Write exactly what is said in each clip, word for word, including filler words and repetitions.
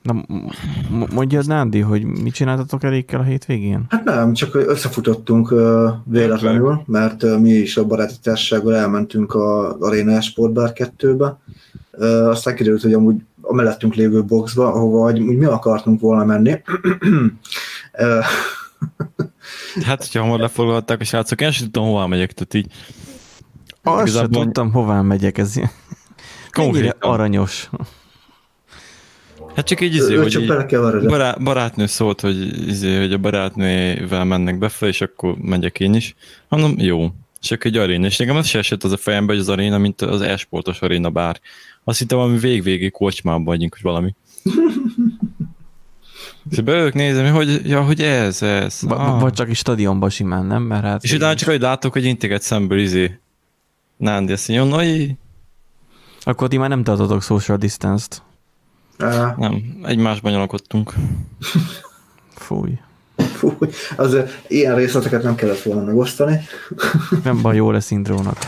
Na, mondjad, Nándi, hogy mit csináltatok Erikkel a hétvégén? Hát nem, csak összefutottunk uh, véletlenül, mert uh, mi is a baráti társasággal elmentünk az Arena Sportbar kettőbe. Uh, aztán kiderült, hogy amúgy a mellettünk lévő boxba, ahova úgy mi akartunk volna menni. uh, hát, hogyha hamar lefoglalták a srácok, én sem tudtam, hová megyek, tehát így. Azt sem tudtam, hová megyek, ez mennyire aranyos. Hát csak így izé, ő hogy csak így bará, barátnő szólt, hogy, izé, hogy a barátnővel mennek befelé, és akkor megyek én is. Mondom, jó. És akkor egy aréna. És nekem az se esett az a fejembe, hogy az aréna, mint az e-sportos aréna bár. Azt hittem, valami vég-végig kocsmában vagyunk, hogy valami. És beülök, nézem, hogy, ja, hogy ez, ez. Ah. Vagy csak is stadionban simán, nem? Mert hát és utána csak, hogy látok, hogy integet szemből izé. Nándi, azt mondja, noi. Akkor ti már nem tartotok social distance-t. Uh, nem, egymásban nyalakodtunk. Fúj. Fúj. Azért ilyen részleteket nem kellett volna megosztani. Nem baj, jó lesz intrónak.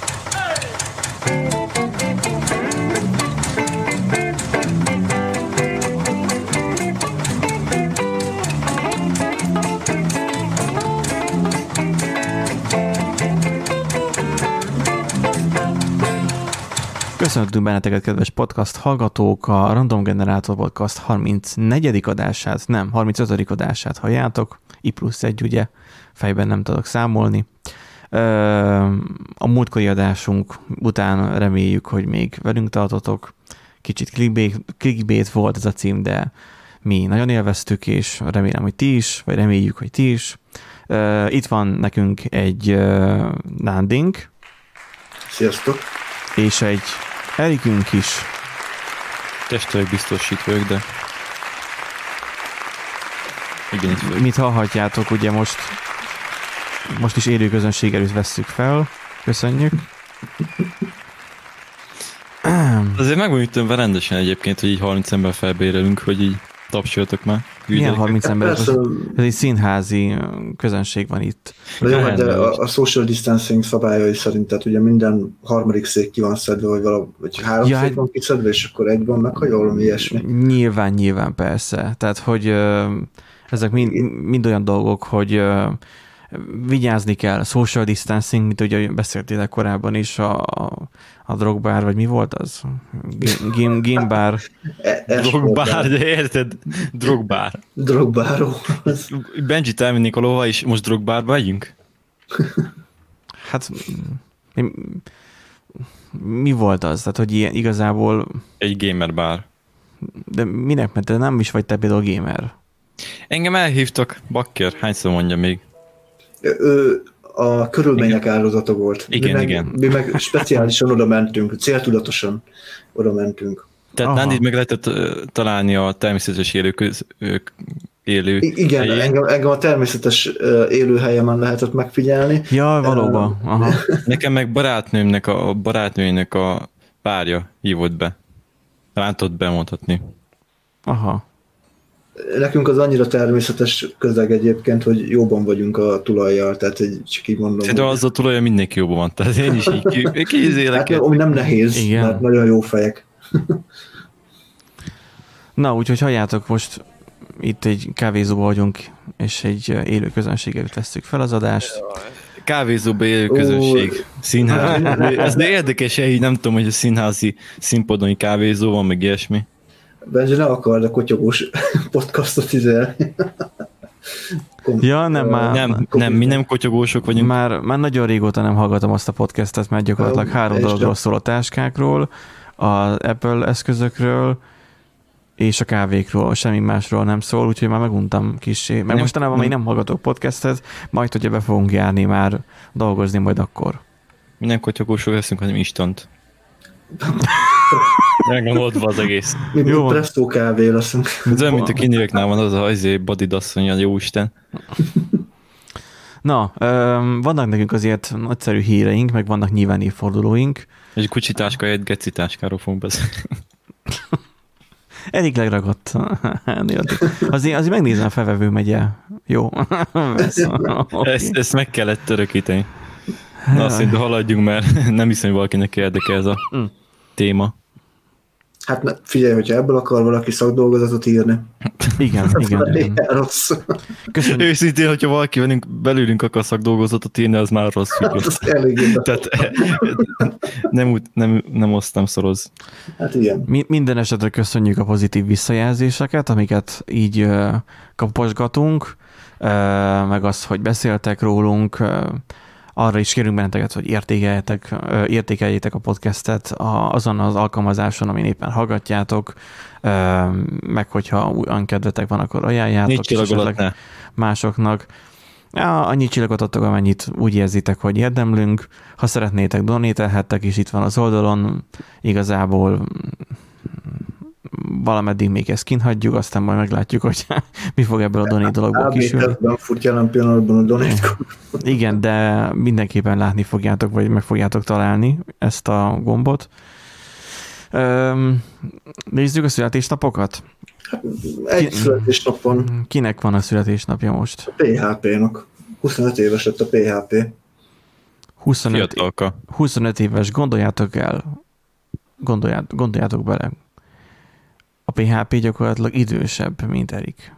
Köszöntünk benneteket, kedves podcast hallgatók, a Random Generator Podcast harmincnegyedik adását, nem, harmincötödik adását halljátok, I plusz egy, ugye, fejben nem tudok számolni. A múltkori adásunk után reméljük, hogy még velünk tartotok. Kicsit clickbait, clickbait volt ez a cím, de mi nagyon élveztük, és remélem, hogy ti is, vagy reméljük, hogy ti is. Itt van nekünk egy Nándink. Sziasztok! És egy Erikünk is. Testőleg biztosít vagyok, de... Igen, itt vagyok. Mit hallhatjátok, ugye most most is élő közönség előtt vesszük fel. Köszönjük. Azért meg vagyunk többen rendesen egyébként, hogy így harminc ember felbérelünk, hogy így tapsoljatok már. Milyen harminc ember? Ez, ez egy színházi közönség van itt. De jó, de a, a social distancing szabályai szerint, tehát ugye minden harmadik szék ki van szedve, vagy, valahogy, vagy három ja, szék van kiszedve, és akkor egy van meg, hogy valami ilyesmi. Nyilván, nyilván persze. Tehát, hogy uh, ezek mind, mind olyan dolgok, hogy uh, vigyázni kell, social distancing, mint ugye beszéltél korábban is, a, a drogbár, vagy mi volt az? Gim, gimbár. Drogbár, de érted? Drogbár. Drogbáró. Benjit elmennék a lóha, és most drogbárba megyünk? Hát mi, mi volt az? Tehát, hogy ilyen, igazából... Egy gamer bár. De minek? Mert te nem is vagy te például gamer. Engem elhívtak, bakker, hányszor mondja még? Ő a körülmények áldozata volt. Igen, mi meg, igen. Mi meg speciálisan oda mentünk, céltudatosan oda mentünk. Tehát Nándit meg lehetett találni a természetes élő, köz, élő I- Igen, engem, engem a természetes élőhelyemen lehetett megfigyelni. Ja, valóban. Aha. Nekem meg barátnőmnek a, a barátnőjének a párja hívott be. Talán tudod bemondhatni. Aha. Nekünk az annyira természetes közeg egyébként, hogy jóban vagyunk a tulajjal, tehát egy, csak így mondom. De az a tulajja mindenki jóban van, tehát én is így kézélek. Hát, ami nem nehéz, igen. Mert nagyon jó fejek. Na, úgyhogy halljátok, most itt egy kávézóban vagyunk, és egy élő közönséget vesszük fel az adást. Kávézóban élő közönség. Színház. Ez de érdekes, így nem tudom, hogy a színházi színpadoni kávézó van, meg ilyesmi. Benji, ne akard a kotyogós podcastot izélni. Ja, nem, már... Nem, nem, mi nem kotyogósok vagyunk. Már, már nagyon régóta nem hallgatom azt a podcastet, mert gyakorlatilag három dologról szól: a táskákról, az Apple eszközökről, és a kávékról, semmi másról nem szól, úgyhogy már meguntam kissé. Mert mostanában még nem hallgatok podcastet, majd, hogyha be fogunk járni már dolgozni majd akkor. Mi nem kotyogósok leszünk, hanem instant. Megoldva az egész. Mi, mi presszó kávé leszünk. Ez olyan, mint a kinyireknál van az a azért badidasszony, a jóisten. Na, vannak nekünk azért nagyszerű híreink, meg vannak nyilván évfordulóink. Egy kucsitáska, egy gecitáskáról fogunk beszélni. Elég legragadt. Azért, azért megnézem a Felvevő megye. Jó. Okay. Ezt, ezt meg kellett törökíteni. Na, azt hiszem, haladjunk, mert nem hiszem, hogy valakinek érdekel ez a téma. Hát figyelj, hogyha ebből akar valaki szakdolgozatot írni. Igen, igen. igen. Rossz. Köszönjük. Őszintén, hogyha valaki velünk, belülünk akar szakdolgozatot írni, az már rossz. Hát Tehát nem, nem, nem osztam szoroz. Hát igen. Mi, minden esetre köszönjük a pozitív visszajelzéseket, amiket így uh, kaposgatunk, uh, meg az, hogy beszéltek rólunk. Uh, arra is kérünk benneteket, hogy értékeljetek, uh, értékeljétek a podcastet a, azon az alkalmazáson, amin éppen hallgatjátok, uh, meg hogyha olyan kedvetek van, akkor ajánljátok. Négy csillag alatt ne. Másoknak. Ja, annyi csillagot adtok, amennyit úgy érzitek, hogy érdemlünk. Ha szeretnétek, donételhettek, és itt van az oldalon. Igazából valameddig még ezt kint hagyjuk, aztán majd meglátjuk, hogy mi fog ebből a donét dologból kisülni. Nem fut jelen pillanatban a donét. Igen, de mindenképpen látni fogjátok, vagy meg fogjátok találni ezt a gombot. Nézzük a születésnapokat. Egy születésnap van. Kinek van a születésnapja most? A pé há pénak. huszonöt éves lett a pé há pé. huszonöt, huszonöt éves, gondoljátok el, gondolját, gondoljátok bele. A pé há pé gyakorlatilag idősebb, mint Erik.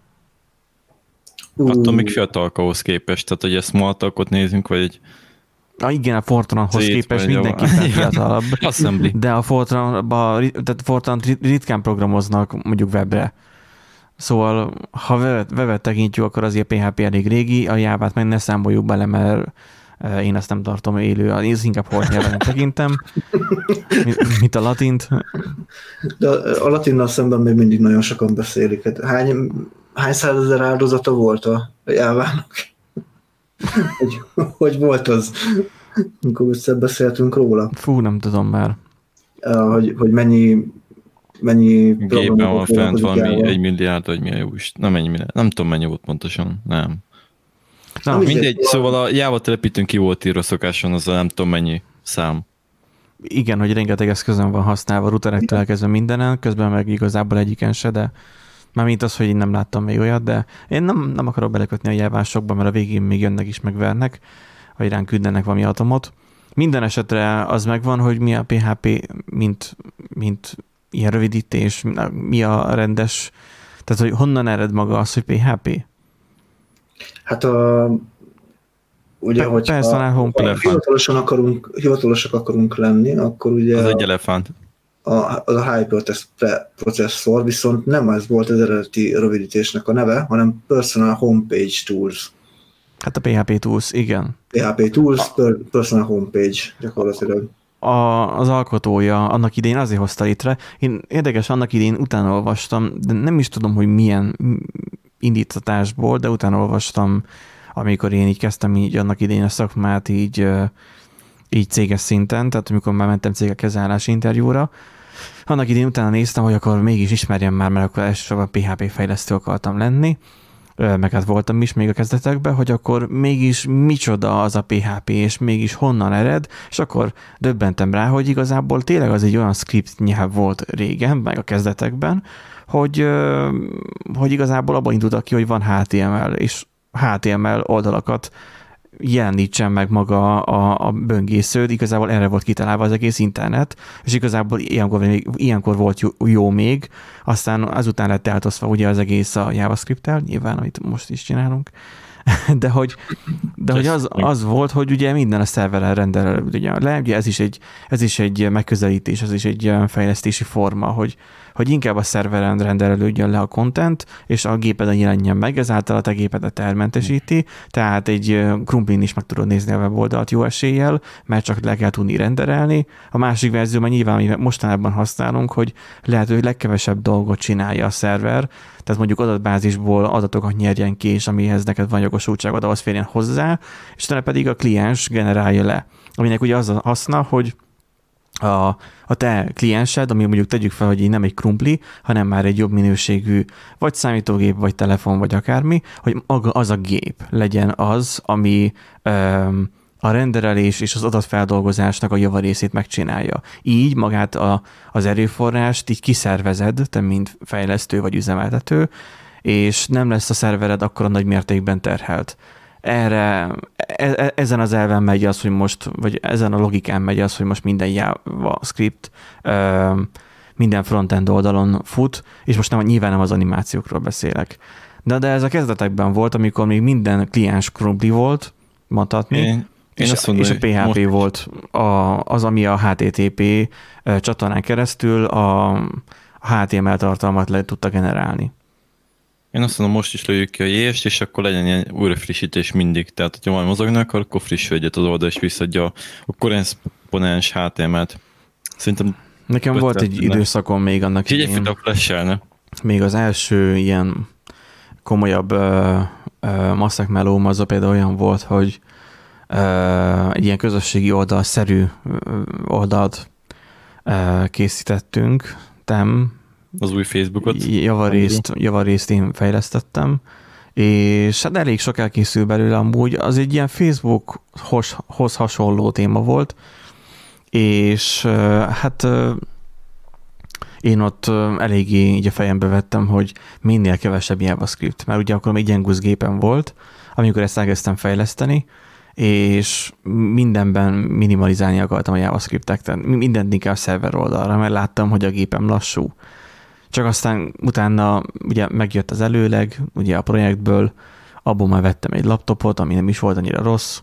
Uh. Attól még fiatalkahoz képest, tehát hogy ezt Smalltalkot nézünk, vagy egy Ah, igen, a Fortranhoz képest mindenképpen fiatalabb. Assembly. De a Fortran-ba, tehát Fortran ritkán programoznak mondjuk webre. Szóval, ha webet tekintjük, akkor azért pé há pé elég régi, a Jávát meg ne számoljuk bele, mert én ezt nem tartom élő, én inkább holt nyelven tekintem, mint a latint. De a latinnal szemben még mindig nagyon sokan beszélik. Hány, hány százezer áldozata volt a Jávának? hogy, hogy volt az, amikor össze beszéltünk róla? Fú, nem tudom már. Hogy, hogy mennyi mennyi gépen van fent valami egy milliárd, vagy mi a jó is. Nem, ennyi milliárd. Nem tudom, mennyi volt pontosan. Nem. Na, mindegy, mindegy, szóval a Java telepítőn ki volt írva szokáson, az a nem tudom mennyi szám. Igen, hogy rengeteg eszközön van használva, routerektől elkezdve mindenen, közben meg igazából egyiken se, de mármint az, hogy én nem láttam még olyat, de én nem, nem akarok belekötni a jávásokba, mert a végén még jönnek is megvernek, vagy ránk küldenek valami atomot. Minden esetre az megvan, hogy mi a pé há pé, mint, mint ilyen rövidítés, mi a rendes, tehát hogy honnan ered maga az, hogy pé há pé? Hát a ugye, Pe- hogyha personal homepage. hivatalosan akarunk, hivatalosak akarunk lenni, akkor ugye az egy elefánt. A, az a Hypertext processzor, viszont nem ez volt az eredeti rövidítésnek a neve, hanem Personal Homepage Tools. Hát a pé há pé Tools, igen. pé há pé Tools, per, Personal Homepage gyakorlatilag. A, az alkotója annak idején azért hozta létre. Én érdekes, annak idején utána olvastam, de nem is tudom, hogy milyen indítatásból, de utána olvastam, amikor én így kezdtem így annak idején a szakmát így, így céges szinten, tehát amikor már mentem cégekhez állási interjúra. Annak idején utána néztem, hogy akkor mégis ismerjem már, mert akkor elsősorban pé há pé fejlesztő akartam lenni, meg hát voltam is még a kezdetekben, hogy akkor mégis micsoda az a pé há pé, és mégis honnan ered, és akkor döbbentem rá, hogy igazából tényleg az egy olyan script nyelv volt régen, meg a kezdetekben, hogy, hogy igazából abban indultak ki, hogy van há té em el, és há té em el oldalakat jelenítsen meg maga a, a böngésződ, igazából erre volt kitalálva az egész internet, és igazából ilyenkor, ilyenkor volt jó, jó még, aztán azután lett eltoszva ugye az egész a JavaScript-tel, nyilván, amit most is csinálunk, de hogy, de hogy az, az volt, hogy ugye minden a szerveren rendel ugye le, ugye ez is egy, ez is egy megközelítés, ez is egy fejlesztési forma, hogy, hogy inkább a szerveren rendelődjön le a content, és a gépeden jelenjen meg, ezáltal a te gépedet elmentesíti, tehát egy krumplin is meg tudod nézni a weboldalt jó eséllyel, mert csak le kell tudni renderelni. A másik verzióban nyilván, amit mostanában használunk, hogy lehető legkevesebb dolgot csinálja a szerver, tehát mondjuk adatbázisból adatokat nyerjen ki, és amihez neked van jogosultságod, ahhoz férjen hozzá, és utána pedig a kliens generálja le. Aminek ugye az a haszna, hogy a, a te kliensed, ami mondjuk tegyük fel, hogy nem egy krumpli, hanem már egy jobb minőségű vagy számítógép, vagy telefon, vagy akármi, hogy maga az a gép legyen az, ami öm, a renderelés és az adatfeldolgozásnak a javarészét megcsinálja. Így magát a, az erőforrást így kiszervezed, te mint fejlesztő vagy üzemeltető, és nem lesz a szervered akkora nagy mértékben terhelt. Erre, e, ezen az elven megy az, hogy most, vagy ezen a logikán megy az, hogy most minden JavaScript ö, minden frontend oldalon fut, és most nem, nyilván nem az animációkról beszélek. De, de ez a kezdetekben volt, amikor még minden kliens krumpli volt, mondhatni, Én, és, én azt mondom, és a pé há pé most... volt a, az, ami a há té té pé csatornán keresztül a, a há té em el tartalmat le tudta generálni. Én azt mondom, most is lőjük ki a jé est, és akkor legyen ilyen újra frissítés mindig. Tehát, hogyha majd mozognak, akkor friss egyet az oldal, és visszadja a korrespondens há té em el-t. Szerintem Nekem volt egy időszakom még annak idején. Figyelj, a flash-elne. Még az első ilyen komolyabb uh, uh, Masszak Melóm az például olyan volt, hogy uh, egy ilyen közösségi oldalszerű oldalt uh, készítettünk. Tem, az új Facebookot. Javarészt, javarészt én fejlesztettem, és hát elég sok elkészül belőle amúgy. Az egy ilyen Facebookhoz hasonló téma volt, és uh, hát uh, én ott eléggé így a fejembe vettem, hogy minél kevesebb JavaScript, mert ugye akkor még gyengusz gépen volt, amikor ezt elkezdtem fejleszteni, és mindenben minimalizálni akartam a JavaScriptek, tehát mindent inkább szerver oldalra, mert láttam, hogy a gépem lassú. Csak aztán utána ugye megjött az előleg, ugye a projektből, abból már vettem egy laptopot, ami nem is volt annyira rossz.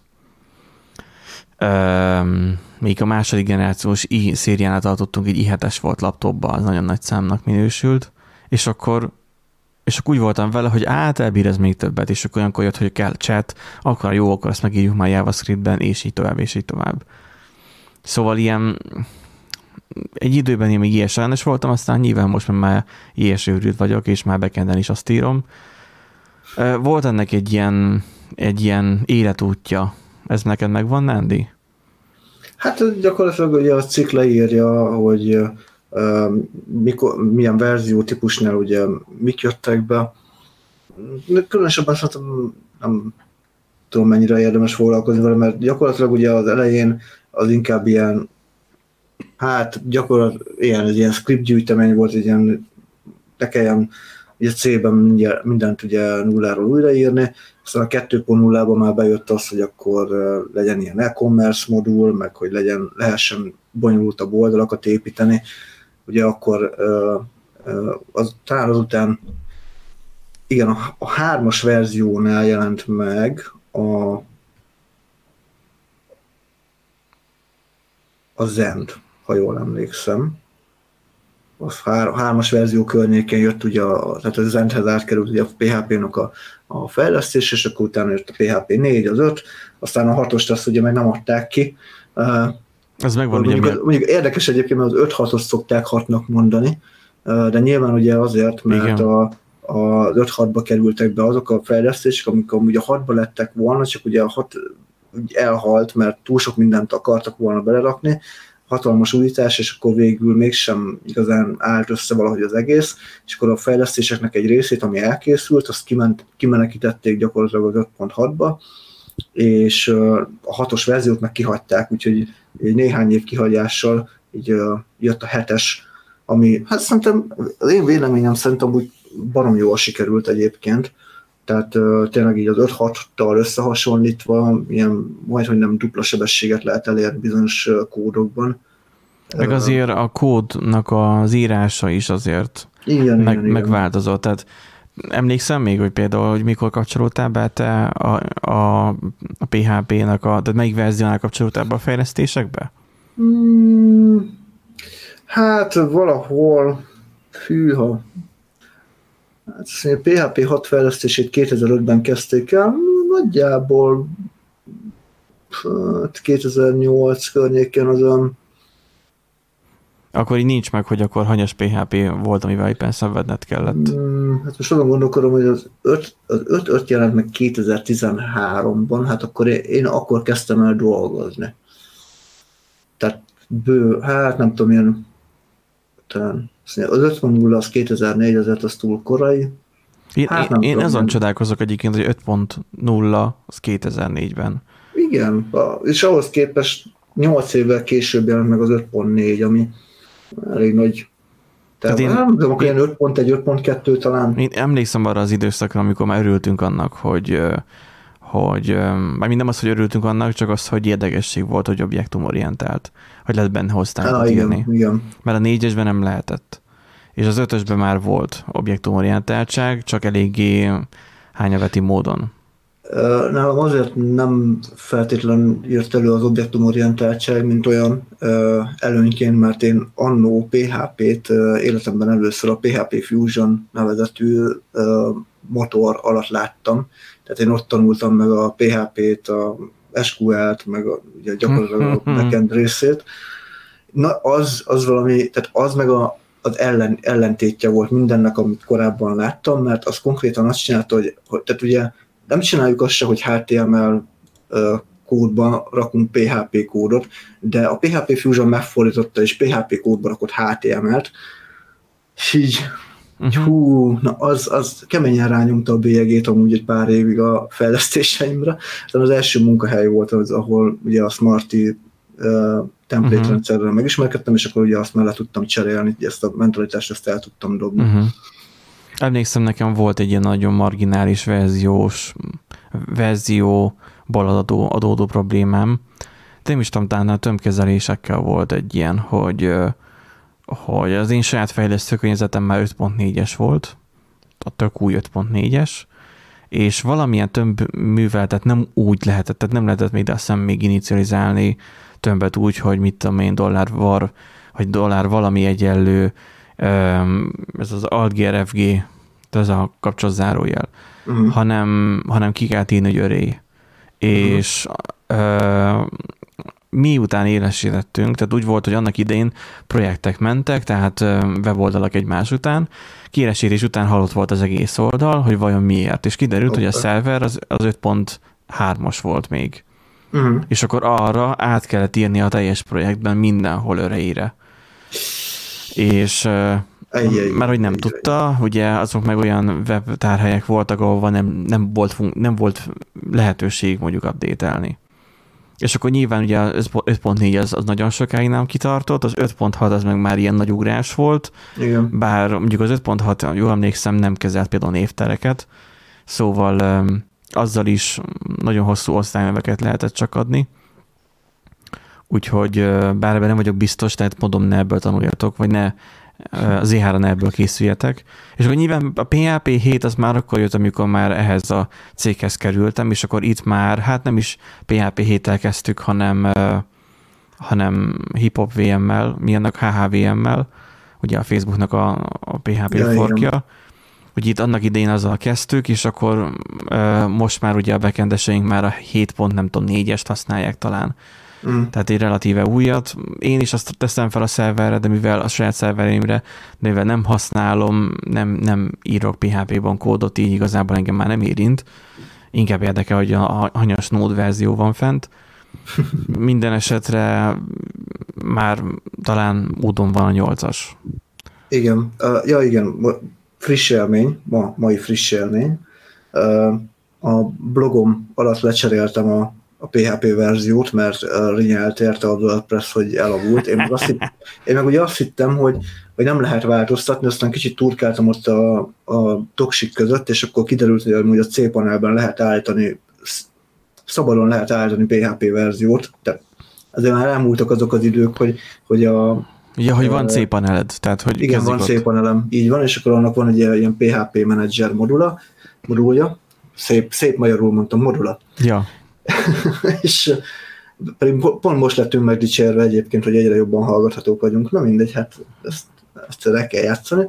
Um, még a második generációs i szériánál tartottunk, egy i hetes volt laptopba, az nagyon nagy számnak minősült, és akkor, és akkor úgy voltam vele, hogy át elbír ez még többet, és akkor olyankor jött, hogy kell chat, akkor jó, akkor ezt megírjuk már JavaScriptben, és így tovább, és így tovább. Szóval ilyen egy időben én még i es ellenes voltam, aztán nyilván most már i es őrült vagyok, és már backenden is azt írom. Volt ennek egy ilyen, egy ilyen életútja. Ez neked megvan, Nándi? Hát gyakorlatilag ugye a cikk leírja, hogy uh, mikor, milyen verziótípusnál ugye mik jöttek be. Különösebben szerintem nem tudom mennyire érdemes foglalkozni vele, mert gyakorlatilag ugye az elején az inkább ilyen, hát gyakorlatilag ilyen, ilyen script gyűjtemény volt, egy ilyen, ne kelljen ugye C-ben mindent ugye nulláról újraírni, aztán a kettő pont nullában már bejött az, hogy akkor legyen ilyen e-commerce modul, meg hogy legyen, lehessen bonyolultabb oldalakat építeni. Ugye akkor az, talán azután, igen, a, a hármas verziónál jelent meg a, a Zend, ha jól emlékszem. A hár, hármas verzió környékén jött ugye, a, tehát az Zendhez átkerült ugye a pé há pé-nak a, a fejlesztés, és akkor utána jött a pé há pé négy, az öt, aztán a hatost azt ugye meg nem adták ki. Ez megvan mondjuk, ugye. Mondjuk érdekes egyébként, mert az öt hatos szokták hatnak mondani, de nyilván ugye azért, mert a, az öt hatba kerültek be azok a fejlesztések, amikor ugye a hatba lettek volna, csak ugye a hat elhalt, mert túl sok mindent akartak volna belerakni, hatalmas újítás, és akkor végül mégsem igazán állt össze valahogy az egész, és akkor a fejlesztéseknek egy részét, ami elkészült, azt kiment, kimenekítették gyakorlatilag az öt pont hatba, és a hatos verziót meg kihagyták, úgyhogy egy néhány év kihagyással így jött a hetes, ami, hát szerintem az én véleményem szerintem úgy barom jól sikerült egyébként, tehát uh, tényleg így az öt hattal összehasonlítva ilyen majdhogy nem dupla sebességet lehet elérni bizonyos uh, kódokban. Meg azért a kódnak az írása is azért igen, meg, igen, megváltozott. Tehát emlékszem még, hogy például, hogy mikor kapcsolódtál be te a, a, a pé há pé-nak, a, tehát melyik verziónál kapcsolódtál be a fejlesztésekbe? Hmm, hát valahol, hűha, hát a pé há pé hat fejlesztését kétezer-ötben kezdték el, nagyjából kétezer-nyolc környékén azon. Akkor így nincs meg, hogy akkor hanyas pé há pé volt, amivel éppen szenvedned kellett. Hmm, hát most azon gondolkodom, hogy az öt öt jelent meg kétezer-tizenháromban, hát akkor én, én akkor kezdtem el dolgozni. Tehát bő, hát nem tudom, ilyen talán az öt pont nulla az kétezer-négy, azért az túl korai. Én, hát én, én tudom, azon nem. csodálkozok egyébként, hogy öt pont nulla az kétezer-négyben. Igen, és ahhoz képest nyolc évvel később jelent meg az öt pont négy, ami elég nagy. Tehát én, nem tudom, ilyen öt pont egy, öt pont kettő talán. Én emlékszem arra az időszakra, amikor már örültünk annak, hogy, hogy már nem az, hogy örültünk annak, csak az, hogy érdekesség volt, hogy objektumorientált, hogy lehet benne osztályokat írni. Igen, igen. Mert a négyesben nem lehetett. És az ötösben már volt objektumorientáltság, csak eléggé hányaveti módon. Nálam azért nem feltétlenül írt elő az objektumorientáltság, mint olyan előnyként, mert én annó pé há pét életemben először a pé há pé Fusion nevezetű motor alatt láttam. Tehát én ott tanultam meg a pé há pét, a es kú el-t, meg a, ugye gyakorlatilag a backend részét. Na az, az valami, tehát az meg a, az ellen, ellentétje volt mindennek, amit korábban láttam, mert az konkrétan azt csinálta, hogy, hogy tehát ugye nem csináljuk azt se, hogy há té em el uh, kódba rakunk pé há pé kódot, de a pé há pé Fusion megfordította, és pé há pé kódba rakott há té em el-t, és így, uh-huh. hú, na az, az keményen rányomta a bélyegét amúgy egy pár évig a fejlesztéseimre. Az első munkahely volt az, ahol ugye a Smarty uh, template uh-huh. rendszerrel megismerkedtem, és akkor ugye azt már le tudtam cserélni, ezt a mentalitást ezt el tudtam dobni. Uh-huh. Emlékszem, nekem volt egy ilyen nagyon marginális verziós, verzióból adódó, adódó problémám. De nem is tudom, talán a tömbkezelésekkel volt egy ilyen, hogy, hogy az én saját fejlesztő környezetem már öt pont négyes volt, a tök új öt pont négyes, és valamilyen tömb műveltet nem úgy lehetett, tehát nem lehetett még, de azt hiszem még inicializálni tömbet úgy, hogy mit tudom én, dollár var, vagy dollár valami egyenlő, ez az altgr ef gé, ez a kapcsolatzárójel, uh-huh. hanem, hanem ki kell írni, hogy öré. És uh, miután élesítettünk, tehát úgy volt, hogy annak idején projektek mentek, tehát weboldalak egymás után, kiélesítés után halott volt az egész oldal, hogy vajon miért. És kiderült, okay. hogy a szerver az, az öt pont hármas volt még. Uh-huh. És akkor arra át kellett írni a teljes projektben mindenhol öreire. És Ejjjj, mert hogy nem ejjjj. tudta, ugye azok meg olyan webtárhelyek voltak, ahol nem, nem, volt, nem volt lehetőség mondjuk update-elni. És akkor nyilván ugye az öt pont négy az, az nagyon sokáig nem kitartott, az öt pont hat az meg már ilyen nagy ugrás volt, igen. Bár mondjuk az öt pont hat, jól emlékszem, nem kezelt például névtereket, szóval um, azzal is nagyon hosszú osztályneveket lehetett csak adni. Úgyhogy bár ebben nem vagyok biztos, tehát mondom, ne ebből tanuljatok, vagy ne az zé három ebből készüljetek. És akkor nyilván a pé há pé hét az már akkor jött, amikor már ehhez a céghez kerültem, és akkor itt már, hát nem is pé há pé héttel kezdtük, hanem, hanem hip-hop vé em-mel, mi annak há há vé em-mel, ugye a Facebooknak a, a pé há pé ja, forkja. Ugye itt annak idején azzal kezdtük, és akkor most már ugye a backendeseink már a hét pont nem tudom, négyest használják talán. Mm. Tehát egy relatíve újat. Én is azt teszem fel a szerverre, de mivel a saját szervereimre, de mivel nem használom, nem, nem írok pé há pé-ban kódot, így igazából engem már nem érint. Inkább érdekel, hogy a hanyas Node verzió van fent. Minden esetre már talán úton van a nyolcas. Igen. Uh, ja, igen. Friss élmény, ma, mai friss élmény. Uh, a blogom alatt lecseréltem a a pé há pé verziót, mert uh, rinyelt érte a WordPress, hogy elavult. Én meg, azt hitt, én meg ugye azt hittem, hogy, hogy nem lehet változtatni, aztán kicsit turkáltam ott a, a doksik között, és akkor kiderült, hogy amúgy a C-panelben lehet állítani, szabadon lehet állítani pé há pé verziót, tehát azért már elmúltak azok az idők, hogy, hogy a... Ja, hogy van C-paneled, tehát hogy... Igen, van C-panelem, így van, és akkor annak van egy ilyen pé há pé menedzser modula, modulja, szép, szép magyarul mondtam, modula. Ja. És pedig pont most lettünk megdicsérve egyébként, hogy egyre jobban hallgathatók vagyunk. Na mindegy, hát ezt, ezt el kell játszani.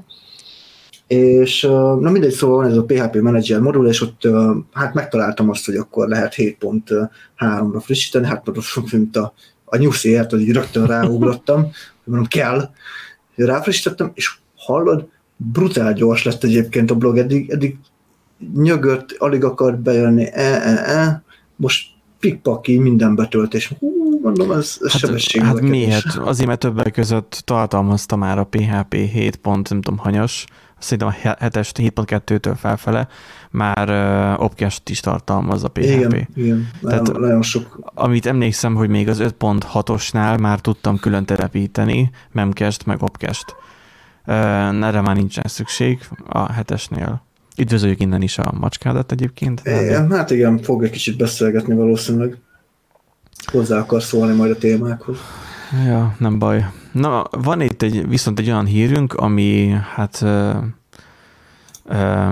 És na mindegy, szóval van ez a pé há pé Manager modul, és ott hát megtaláltam azt, hogy akkor lehet hét pont háromra frissíteni, hát most mint a, a nyusziért, hogy rögtön ráugrottam, hogy mondom, kell. Ráfrissítettem, és hallod, brutál gyors lett egyébként a blog, eddig, eddig nyögött, alig akart bejönni, e, e, e. Most pikpaki, minden betöltés. Hú, mondom, ez, ez hát, sebesség. Hát miért? Azért, mert többek között tartalmazta már a pé há pé hét pont, nem tudom, hanyas, szerintem a hetes hét pont kettőtől felfele már uh, opcast is tartalmaz a pé há pé. Igen, igen. Tehát, nagyon, nagyon sok. Amit emlékszem, hogy még az öt pont hatosnál már tudtam külön telepíteni, memcached meg opcast. Uh, erre már nincsen szükség a hetesnél. Üdvözöljük innen is a macskádat egyébként. É, hát igen, fog egy kicsit beszélgetni valószínűleg. Hozzá akar szólni majd a témákhoz. Ja, nem baj. Na, van itt egy, viszont egy olyan hírünk, ami hát ö, ö,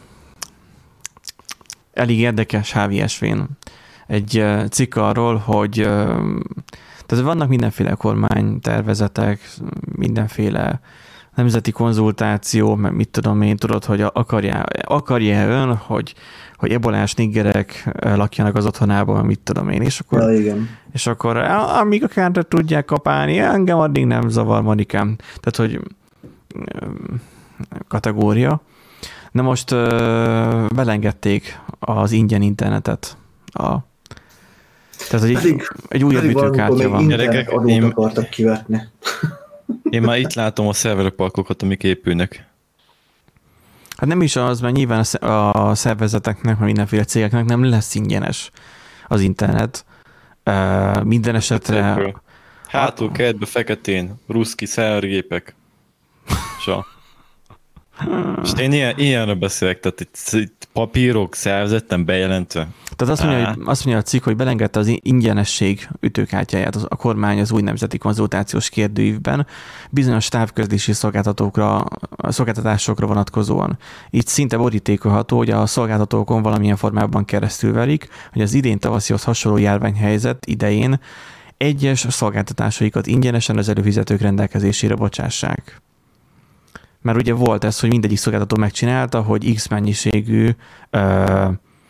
elég érdekes há vé es vén. Egy cikk arról, hogy ö, tehát vannak mindenféle kormánytervezetek, mindenféle nemzeti konzultáció, mert mit tudom én, tudod, hogy akarja, akarja ön, hogy, hogy ebolás niggerek lakjanak az otthonában, mit tudom én, és akkor, ja, igen. és akkor amíg a kártyát tudják kapálni, engem addig nem zavar, Marikám. Tehát, hogy kategória. Na most belengedték az ingyen internetet. A, tehát, hogy egy, egy újabb ütőkártya van. Gyerekek, adót én... akartak kivetni. Én már itt látom a szerverparkokat, amik épülnek. Hát nem is az, mert nyilván a szervezeteknek, vagy mindenféle cégeknek nem lesz ingyenes az internet. Minden esetre... Hátul, kertbe, feketén, ruszki, szervergépek. Sa. És én ilyen, ilyenre beszélek, tehát itt, itt papírok szervezetten bejelentve. Tehát azt mondja, hogy, azt mondja a cikk, hogy belengedte az ingyenesség ütőkártyáját a kormány az új nemzeti konzultációs kérdőívben bizonyos távközlési szolgáltatókra, szolgáltatásokra vonatkozóan. Így szinte borítékolható, hogy a szolgáltatókon valamilyen formában keresztül verik, hogy az idén tavaszihoz hasonló járványhelyzet idején egyes szolgáltatásaikat ingyenesen az előfizetők rendelkezésére bocsássák. Mert ugye volt ez, hogy mindegyik szolgáltató megcsinálta, hogy X mennyiségű ö,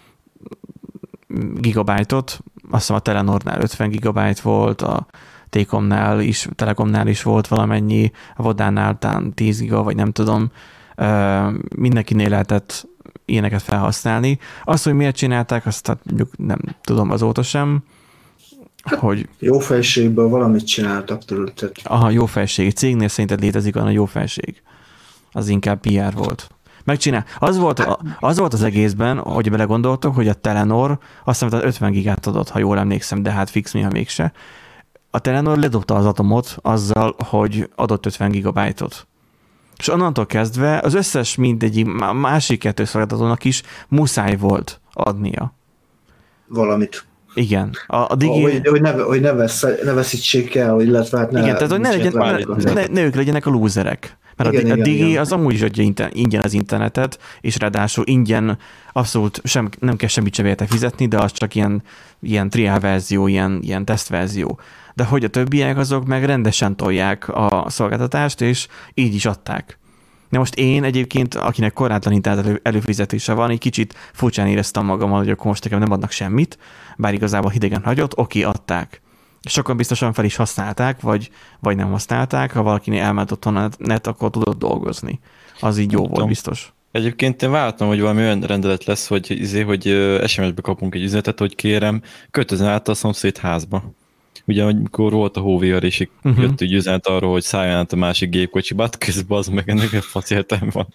gigabájtot, azt hiszem a Telenornál ötven gigabyte volt, a T-Comnál is, Telekomnál is volt valamennyi, a Vodánál talán tíz giga, vagy nem tudom, ö, mindenkinél lehetett ilyeneket felhasználni. Azt, hogy miért csinálták, azt hát mondjuk nem tudom azóta sem, hogy... Jó fejségből valamit csináltak tőle. Aha, jó fejség. Cégnél szerinted létezik olyan a jó fejség? Az inkább pé er volt. Megcsinál. Az volt, az volt az egészben, hogy belegondoltok, hogy a Telenor azt hiszem, hogy ötven gigát adott, ha jól emlékszem, de hát fix mi, ha mégse. A Telenor ledobta az atomot azzal, hogy adott ötven gigabájtot. És onnantól kezdve az összes mindegyik másik kettő szolgáltatónak is muszáj volt adnia. Valamit. Igen. A, a digi... Hogy, hogy, ne, hogy ne, vesz, ne veszítsék el, illetve hát ne... Igen, tehát hogy ne, legyen, ne, ne, ne ők legyenek a lúzerek. Mert igen, a, igen, a digi igen. Az amúgy is adja ingyen az internetet, és ráadásul ingyen abszolút sem, nem kell semmit sem érte fizetni, de az csak ilyen, ilyen trial verzió, ilyen, ilyen tesztverzió. De hogy a többiek azok meg rendesen tolják a szolgáltatást, és így is adták. De most én egyébként, akinek korlátlan internet elő, előfizetése van, egy kicsit furcsán éreztem magam, hogy akkor most nekem nem adnak semmit, bár igazából hidegen hagyott, oké, adták. Sokan biztosan fel is használták, vagy, vagy nem használták, ha valakinél elment otthon a net, akkor tudott dolgozni. Az így jó volt, biztos. Egyébként én vártam, hogy valami olyan rendelet lesz, hogy, izé, hogy es em es-be kapunk egy üzenetet, hogy kérem, költözön át a szomszéd házba. Ugye, amikor volt a hóvihar, és uh-huh. jött egy üzenet arról, hogy szálljon át a másik gépkocsiba, hát közben az meg ennek a fasz értelme van.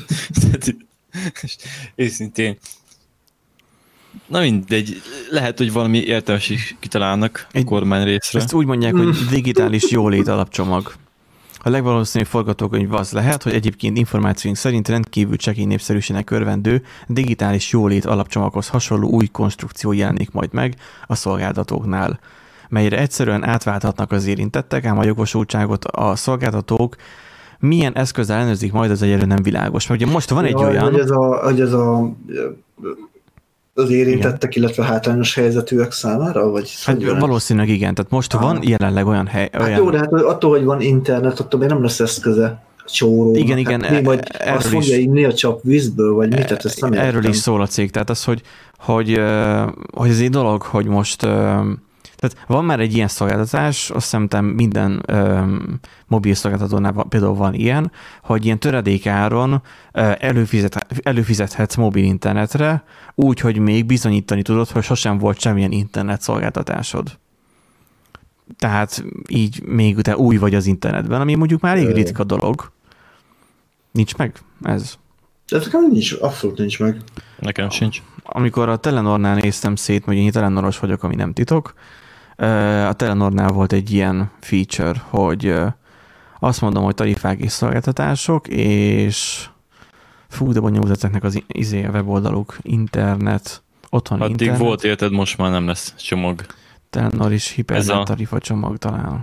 Őszintén. Na mindegy, lehet, hogy valami értelmes is kitalálnak a kormány részre. Ezt úgy mondják, hogy digitális jólét alapcsomag. A legvalószínűbb forgatókönyv az lehet, hogy egyébként információink szerint rendkívül csekély népszerűségnek örvendő digitális jólét alapcsomaghoz hasonló új konstrukció jelenik majd meg a szolgáltatóknál, melyre egyszerűen átválthatnak az érintettek, ám a jogosultságot a szolgáltatók milyen eszközzel ellenőrzik majd, az egyelőre nem világos. Mert ugye most van egy ja, olyan... Hogy ez a, hogy ez a az érintettek, igen. Illetve hátrányos helyzetűek számára? Vagy hát valószínűleg igen, tehát most ah. van jelenleg olyan hely... Hát olyan... jó, de hát attól, hogy van internet, attól még nem lesz eszköze csóró. Igen, igen. Hát, vagy azt fogja is... inni a csap vízből, vagy mit? Tehát ezt nem erről értem. is szól a cég, tehát az, hogy, hogy, hogy ez egy dolog, hogy most... Tehát van már egy ilyen szolgáltatás, azt hiszem minden öm, mobil szolgáltatónál van, például van ilyen, hogy ilyen töredékáron előfizet, előfizethetsz mobil internetre, úgy, hogy még bizonyítani tudod, hogy sosem volt semmilyen internet szolgáltatásod. Tehát így még te új vagy az internetben, ami mondjuk már elég ritka dolog. Nincs meg ez? De nekem nincs, abszolút nincs meg. Nekem sincs. Amikor a Telenornál néztem szét, hogy én telenoros vagyok, ami nem titok, a Telenornál volt egy ilyen feature, hogy azt mondom, hogy tarifák és szolgáltatások, és Fú, de bonyolult ezeknek az izé, weboldaluk, internet, otthoni Addig internet. volt, érted, most már nem lesz csomag. Telnor is hipernet a... tarifa csomag talán.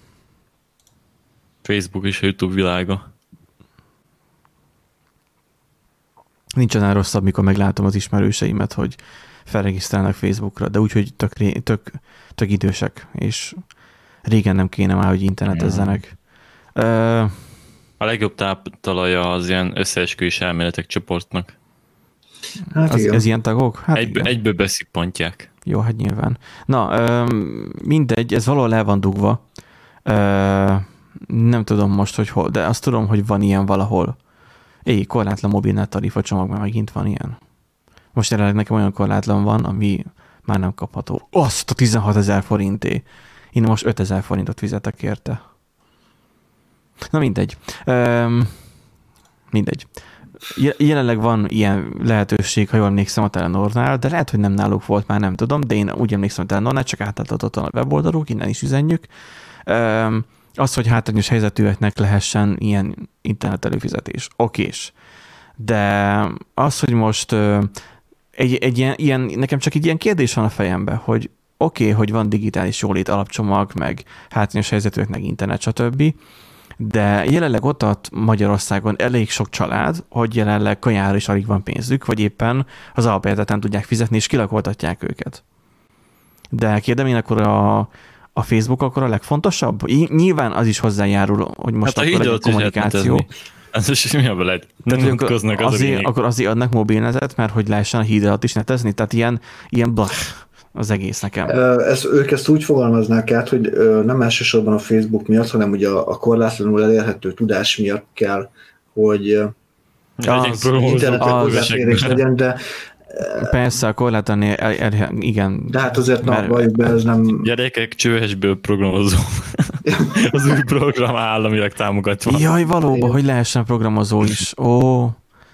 Facebook és a YouTube világa. Nincs annál rosszabb, mikor meglátom az ismerőseimet, hogy felregisztrálnak Facebookra, de úgy, hogy tök, tök, tök idősek, és régen nem kéne már, hogy internetezzenek. Mm. Uh, a legjobb táptalaja az ilyen összeesküvés elméletek csoportnak. Hát az, ez ilyen tagok? Hát Egyből, egyből beszippantják. Jó, hát nyilván. Na, mindegy, ez valahol el van dugva. Nem tudom most, hogy hol, de azt tudom, hogy van ilyen valahol. Éj, korlátlan mobilnet tarifa csomag, mert megint van ilyen. Most jelenleg nekem olyan korlátlan van, ami már nem kapható. Azt a tizenhatezer forinté. Én most ötezer forintot fizetek érte. Na mindegy. Um, mindegy. Jelenleg van ilyen lehetőség, ha jól emlékszem, a Telenornál, de lehet, hogy nem náluk volt, már nem tudom, de én úgy emlékszem a Telenornál, csak átadott a weboldaluk, innen is üzenjük. Um, az, hogy hátrányos helyzetűeknek lehessen ilyen internet előfizetés. Okés. De az, hogy most uh, egy, egy ilyen, ilyen, nekem csak egy ilyen kérdés van a fejemben, hogy oké, okay, hogy van digitális jólét alapcsomag, meg hátrányos helyzetűeknek internet, stb., de jelenleg ott ad Magyarországon elég sok család, hogy jelenleg kajára is alig van pénzük, vagy éppen az alapértet nem tudják fizetni, és kilakoltatják őket. De kérdem én, akkor a, a Facebook akkor a legfontosabb? Nyilván az is hozzájárul, hogy most hát akkor egy kommunikáció. Ez is mi a veled? Nem utkoznak az azért, akkor azért adnak mobilnetet, mert hogy lehessen a híd alatt is netezni, tehát ilyen, ilyen blach az egész nekem. Ez, ők ezt úgy fogalmaznák át, hogy nem elsősorban a Facebook miatt, hanem ugye a, a korlátlanul elérhető tudás miatt kell, hogy az internetre hozzáférés legyen, de persze, a korlátlan, el, el, igen. De hát azért mert, na, be, ez nem... Gyerekek, csőhesből programozó. Az új program államilag támogatva. Jaj, valóban, hogy lehessen programozó is. Ó.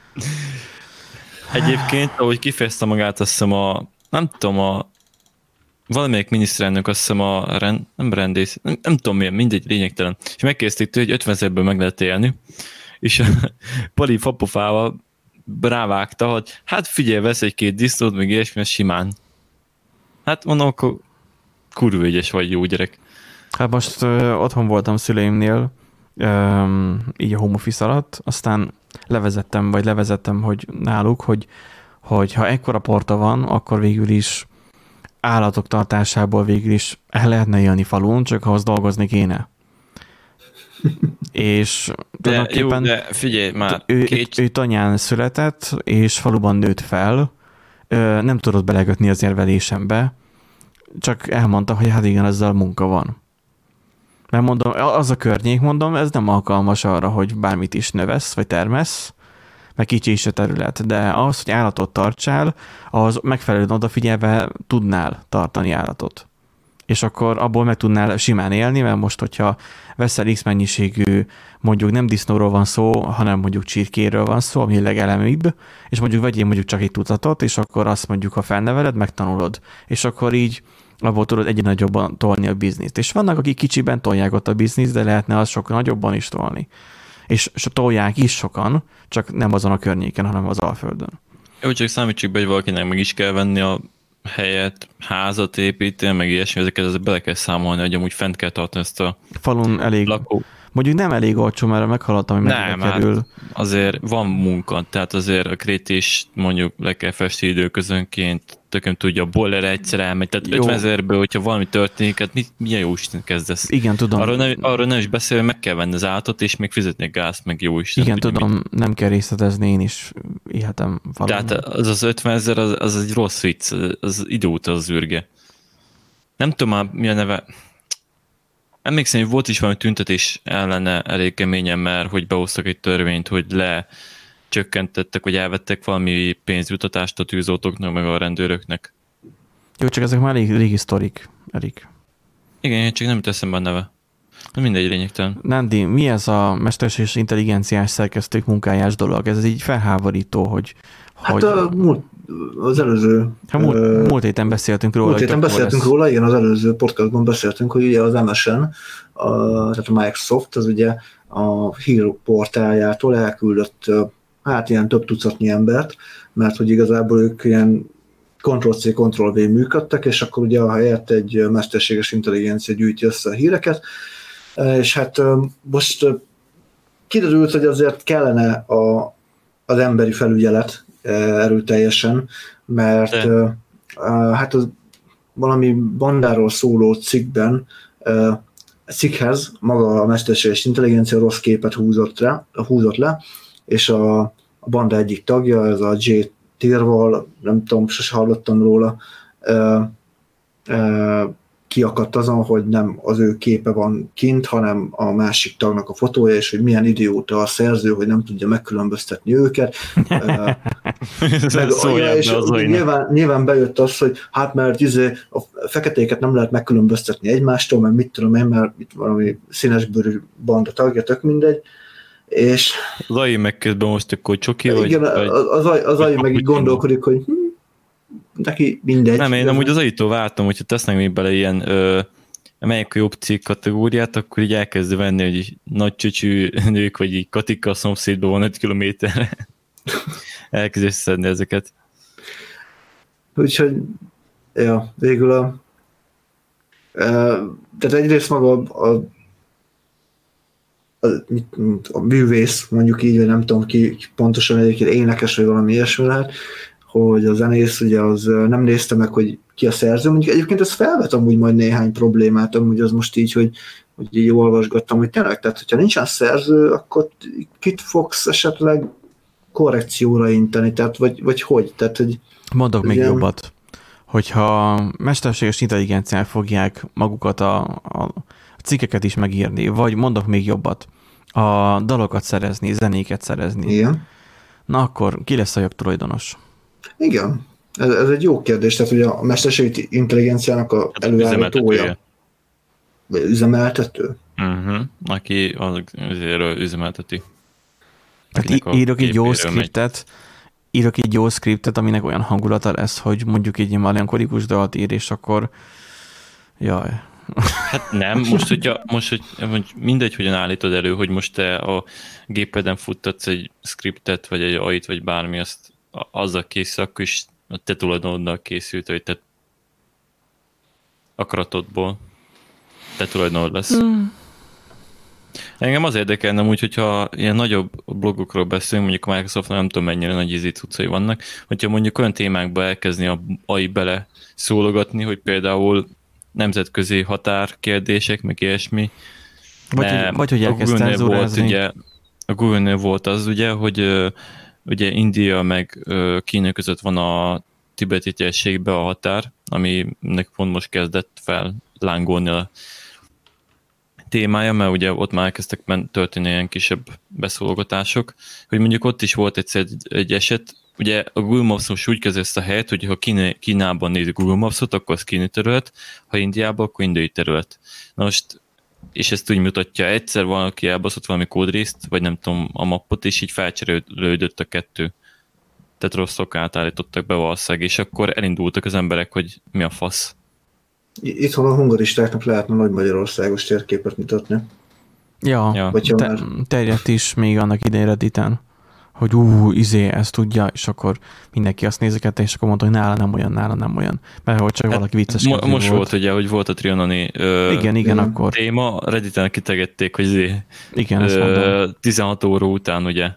Egyébként, ahogy kifejezte magát, azt hiszem a, nem tudom, a valamelyik miniszterelnök, azt hiszem a rend, nem rendész, nem, nem tudom milyen, mindegy, lényegtelen. És megkérdezték tőle, hogy ötvenezerből meg lehet élni, és a Pali fapofával rávágta, hogy hát figyelj, vesz egy-két disznót, meg ilyesmi, simán. Hát mondom, akkor kurva ügyes vagy, jó gyerek. Hát most ö, otthon voltam szüleimnél, ö, így a home office alatt, aztán levezettem, vagy levezettem, hogy náluk, hogy, hogy ha ekkora porta van, akkor végül is állatok tartásából végül is el lehetne élni falun, csak ahhoz dolgozni kéne. És de jó, de figyelj már. Ő, két... ő tanyán született, és faluban nőtt fel, nem tudott belekötni az érvelésembe, csak elmondta, hogy hát igen, ezzel munka van. Mert mondom, az a környék, mondom, ez nem alkalmas arra, hogy bármit is növesz, vagy termesz, meg kicsi is a terület, de az, hogy állatot tartsál, az megfelelően odafigyelve tudnál tartani állatot. És akkor abból meg tudnál simán élni, mert most, hogyha veszel X mennyiségű, mondjuk nem disznóról van szó, hanem mondjuk csirkéről van szó, ami legelemibb, és mondjuk vegyél mondjuk csak egy tucatot, és akkor azt mondjuk, ha felneveled, megtanulod. És akkor így abból tudod egyre nagyobban tolni a bizniszt. És vannak, akik kicsiben tolják ott a bizniszt, de lehetne az sokkal nagyobban is tolni. És tolják is sokan, csak nem azon a környéken, hanem az Alföldön. Jó, csak számítsuk be, hogy valakinek meg is kell venni a helyet, házat építeni, meg ilyesmi, ezeket ezzel bele kell számolni, hogy amúgy fent kell tartani ezt a falun elég, lakó. Mondjuk nem elég olcsó, mert meghallottam, hogy mennyibe kerül. Hát azért van munka, tehát azért a krétést mondjuk le kell festi időközönként, tököm tudja, a boiler egyszer elmegy, tehát ötvenezerből, hogyha valami történik, hát mi, milyen jó Isten kezdesz? Igen, tudom. Arról nem, arról nem is beszélve, meg kell venni az állatot, és még fizetni a gázt, meg jó Isten. Igen, tudom, mit. Nem kell részletezni, én is ihetem valami. Tehát az az ötvenezer, az, az egy rossz vicc, az időút az űrge. Nem tudom már, mi a neve. Emlékszem, hogy volt is valami tüntetés ellene elég keményen, mert hogy behoztak egy törvényt, hogy lecsökkentettek, vagy elvettek valami pénzjutatást a tűzoltóknak, meg a rendőröknek. Jó, csak ezek már elég régi sztorik, Erik. Igen, csak nem jut eszembe a neve. De mindegy, lényegtelen. Nandi, mi ez a mesterséges intelligenciás szerkesztők munkájás dolog? Ez így felháborító, hogy... Hát hogy... a múlt, az előző... Hát múlt, uh, múlt héten beszéltünk róla. Múlt héten beszéltünk róla, igen, az előző podcastban beszéltünk, hogy ugye az em es en, a, tehát a Microsoft, az ugye a hírportáljától elküldött hát ilyen több tucatnyi embert, mert hogy igazából ők ilyen Ctrl-C, Ctrl-V működtek, és akkor ugye a helyett egy mesterséges intelligencia gyűjti össze a híreket, és hát most kiderült, hogy azért kellene a, az emberi felügyelet erőteljesen, mert De. hát az valami bandáról szóló cikkben cikkhez maga a mesterséges intelligencia rossz képet húzott, rá, húzott le, és a, a banda egyik tagja, ez a J. Tirval, nem tudom, sose hallottam róla, ö, ö, kiakadt azon, hogy nem az ő képe van kint, hanem a másik tagnak a fotója, és hogy milyen idióta a szerző, hogy nem tudja megkülönböztetni őket. Meg, olyan, és nyilván, nyilván bejött az, hogy hát mert izé, a feketéket nem lehet megkülönböztetni egymástól, mert mit tudom én, mert itt valami színesbőrű banda tagja, tök mindegy. És az á i meg közben most akkor csoki, igen, vagy... az, az, az á i meg így gondolkodik, hogy hm, neki mindegy. Nem, én amúgy az á i-tól vártam, hogyha tesznek még bele ilyen ö, melyik a jobb cikk kategóriát, akkor így elkezd venni, hogy így nagy csöcsű nők, vagy így Katika a szomszédban van öt kilométerre. Elkezd összedni ezeket. Úgyhogy, ja, végül a e, tehát egyrészt maga a, a A, a művész, mondjuk így, vagy nem tudom ki pontosan, egyébként énekes, vagy valami ilyesmi lehet, hogy a zenész ugye az nem nézte meg, hogy ki a szerző. Mondjuk egyébként ez felvet amúgy majd néhány problémát, amúgy az most így, hogy, hogy így olvasgattam, hogy tényleg, tehát hogyha nincsen szerző, akkor kit fogsz esetleg korrekcióra inteni, tehát vagy, vagy hogy? Tehát, hogy mondok még ilyen... jobbat, hogyha mesterséges intelligencián fogják magukat a, a cikkeket is megírni, vagy mondok még jobbat, a dalokat szerezni, zenéket szerezni. Igen. Na akkor ki lesz a jogtulajdonos? Igen. Ez, ez egy jó kérdés, tehát ugye a mesterségi intelligenciának a hát előállítója. Vagy üzemeltető? Uh-huh. Aki azért üzemelteti. Tehát írok egy jó skriptet, írok egy jó skriptet, aminek olyan hangulata lesz, hogy mondjuk egy ilyen melankolikus dalt ír, és akkor jaj. Hát nem, most, hogyha, most, hogy mindegy, hogyan állítod elő, hogy most te a gépeden futtatsz egy skriptet, vagy egy á i-t, vagy bármi, azt azzal készül, akkor is a te tulajdonoddal készült, hogy te akaratodból te tulajdonod lesz. Mm. Engem az érdekelne úgy, hogyha ilyen nagyobb blogokról beszélünk, mondjuk a Microsoft nem tudom mennyire nagy ízít cuccai vannak, hogyha mondjuk olyan témákba elkezdni a á i bele szólogatni, hogy például nemzetközi határkérdések, meg ilyesmi. Vagy, ne, vagy hogy elkezd cenzurázni. Ugye, a Google-nél volt az ugye, hogy uh, ugye India meg uh, Kína között van a tibeti térségben a határ, aminek pont most kezdett fel lángolni a témája, mert ugye ott már elkezdtek történni ilyen kisebb beszólogatások, hogy mondjuk ott is volt egyszer egy, egy eset, ugye a Google Maps most úgy kezd ezt a helyet, hogy ha Kína, Kínában néz Google Maps-ot, akkor az kínai terület, ha Indiában, akkor indiai terület. Na most, és ezt úgy mutatja, egyszer valaki elbaszott valami kódrészt, vagy nem tudom, a mappot, és így felcserélődött a kettő. Tehát rossz okát állítottak be valószínűleg, és akkor elindultak az emberek, hogy mi a fasz. Itthon a hungaristáknak lehetne Nagy Magyarországos térképet mutatni. Ja, ja. Te, már... terjedt is még annak idején Redditen, hogy ú, izé, ezt tudja, és akkor mindenki azt nézeket, és akkor mondta, hogy nála nem olyan, nála nem olyan. Mert hogy csak hát valaki vicces mo- Most volt. volt, ugye, hogy volt a Trianoni ö, igen, igen, akkor. téma, Redditen kitegették, hogy izé, igen, ö, tizenhat óra után, ugye,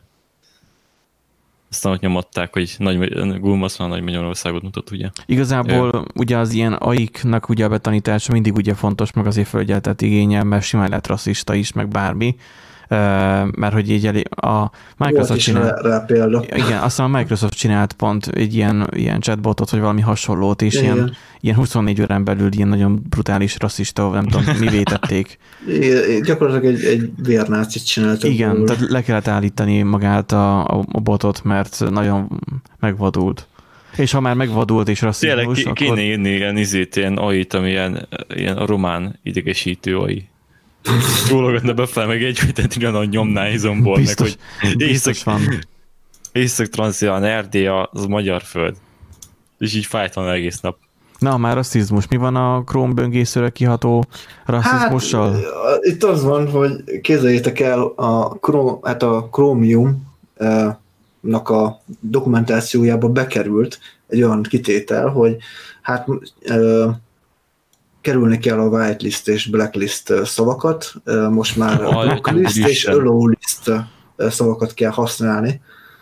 aztán ott nyomatták, hogy nagy, Google Maps már Nagy Magyarországot mutat, ugye. Igazából Ö. ugye az ilyen á i-knak ugye a betanítása mindig ugye fontos, meg azért felügyeletet igényel, mert simán lehet rasszista is, meg bármi. Mert hogy így elég, a Microsoft csinált, rá példa. Igen, aztán a Microsoft csinált pont egy ilyen, ilyen chatbotot, vagy valami hasonlót, és ilyen, ilyen huszonnégy órán belül ilyen nagyon brutális rasszista, nem tudom, mi vétették. Igen, gyakorlatilag egy, egy vérnácit csináltak. Igen, úr. Tehát le kellett állítani magát a, a, a botot, mert nagyon megvadult. És ha már megvadult és rasszizmus, tényleg, akkor... kéne írni ilyen izét, ilyen á i-t, ami ilyen, ilyen a román idegesítő á i. Rólogatna befel, meg egy hétet ilyen a nyomná izomból, biztos, meg hogy biztos észak, van. Észak-Transzilván, Erdély az magyar föld. És így fájt van egész nap. Na, már rasszizmus. Mi van a Chrome böngészőre kiható rasszizmussal? Hát, itt az van, hogy képzeljétek el a, Chrome, hát a Chromium nak a dokumentációjába bekerült egy olyan kitétel, hogy hát ö, kerülni kell a whitelist és blacklist szavakat, ö, most már a blacklist és allow list szavakat kell használni.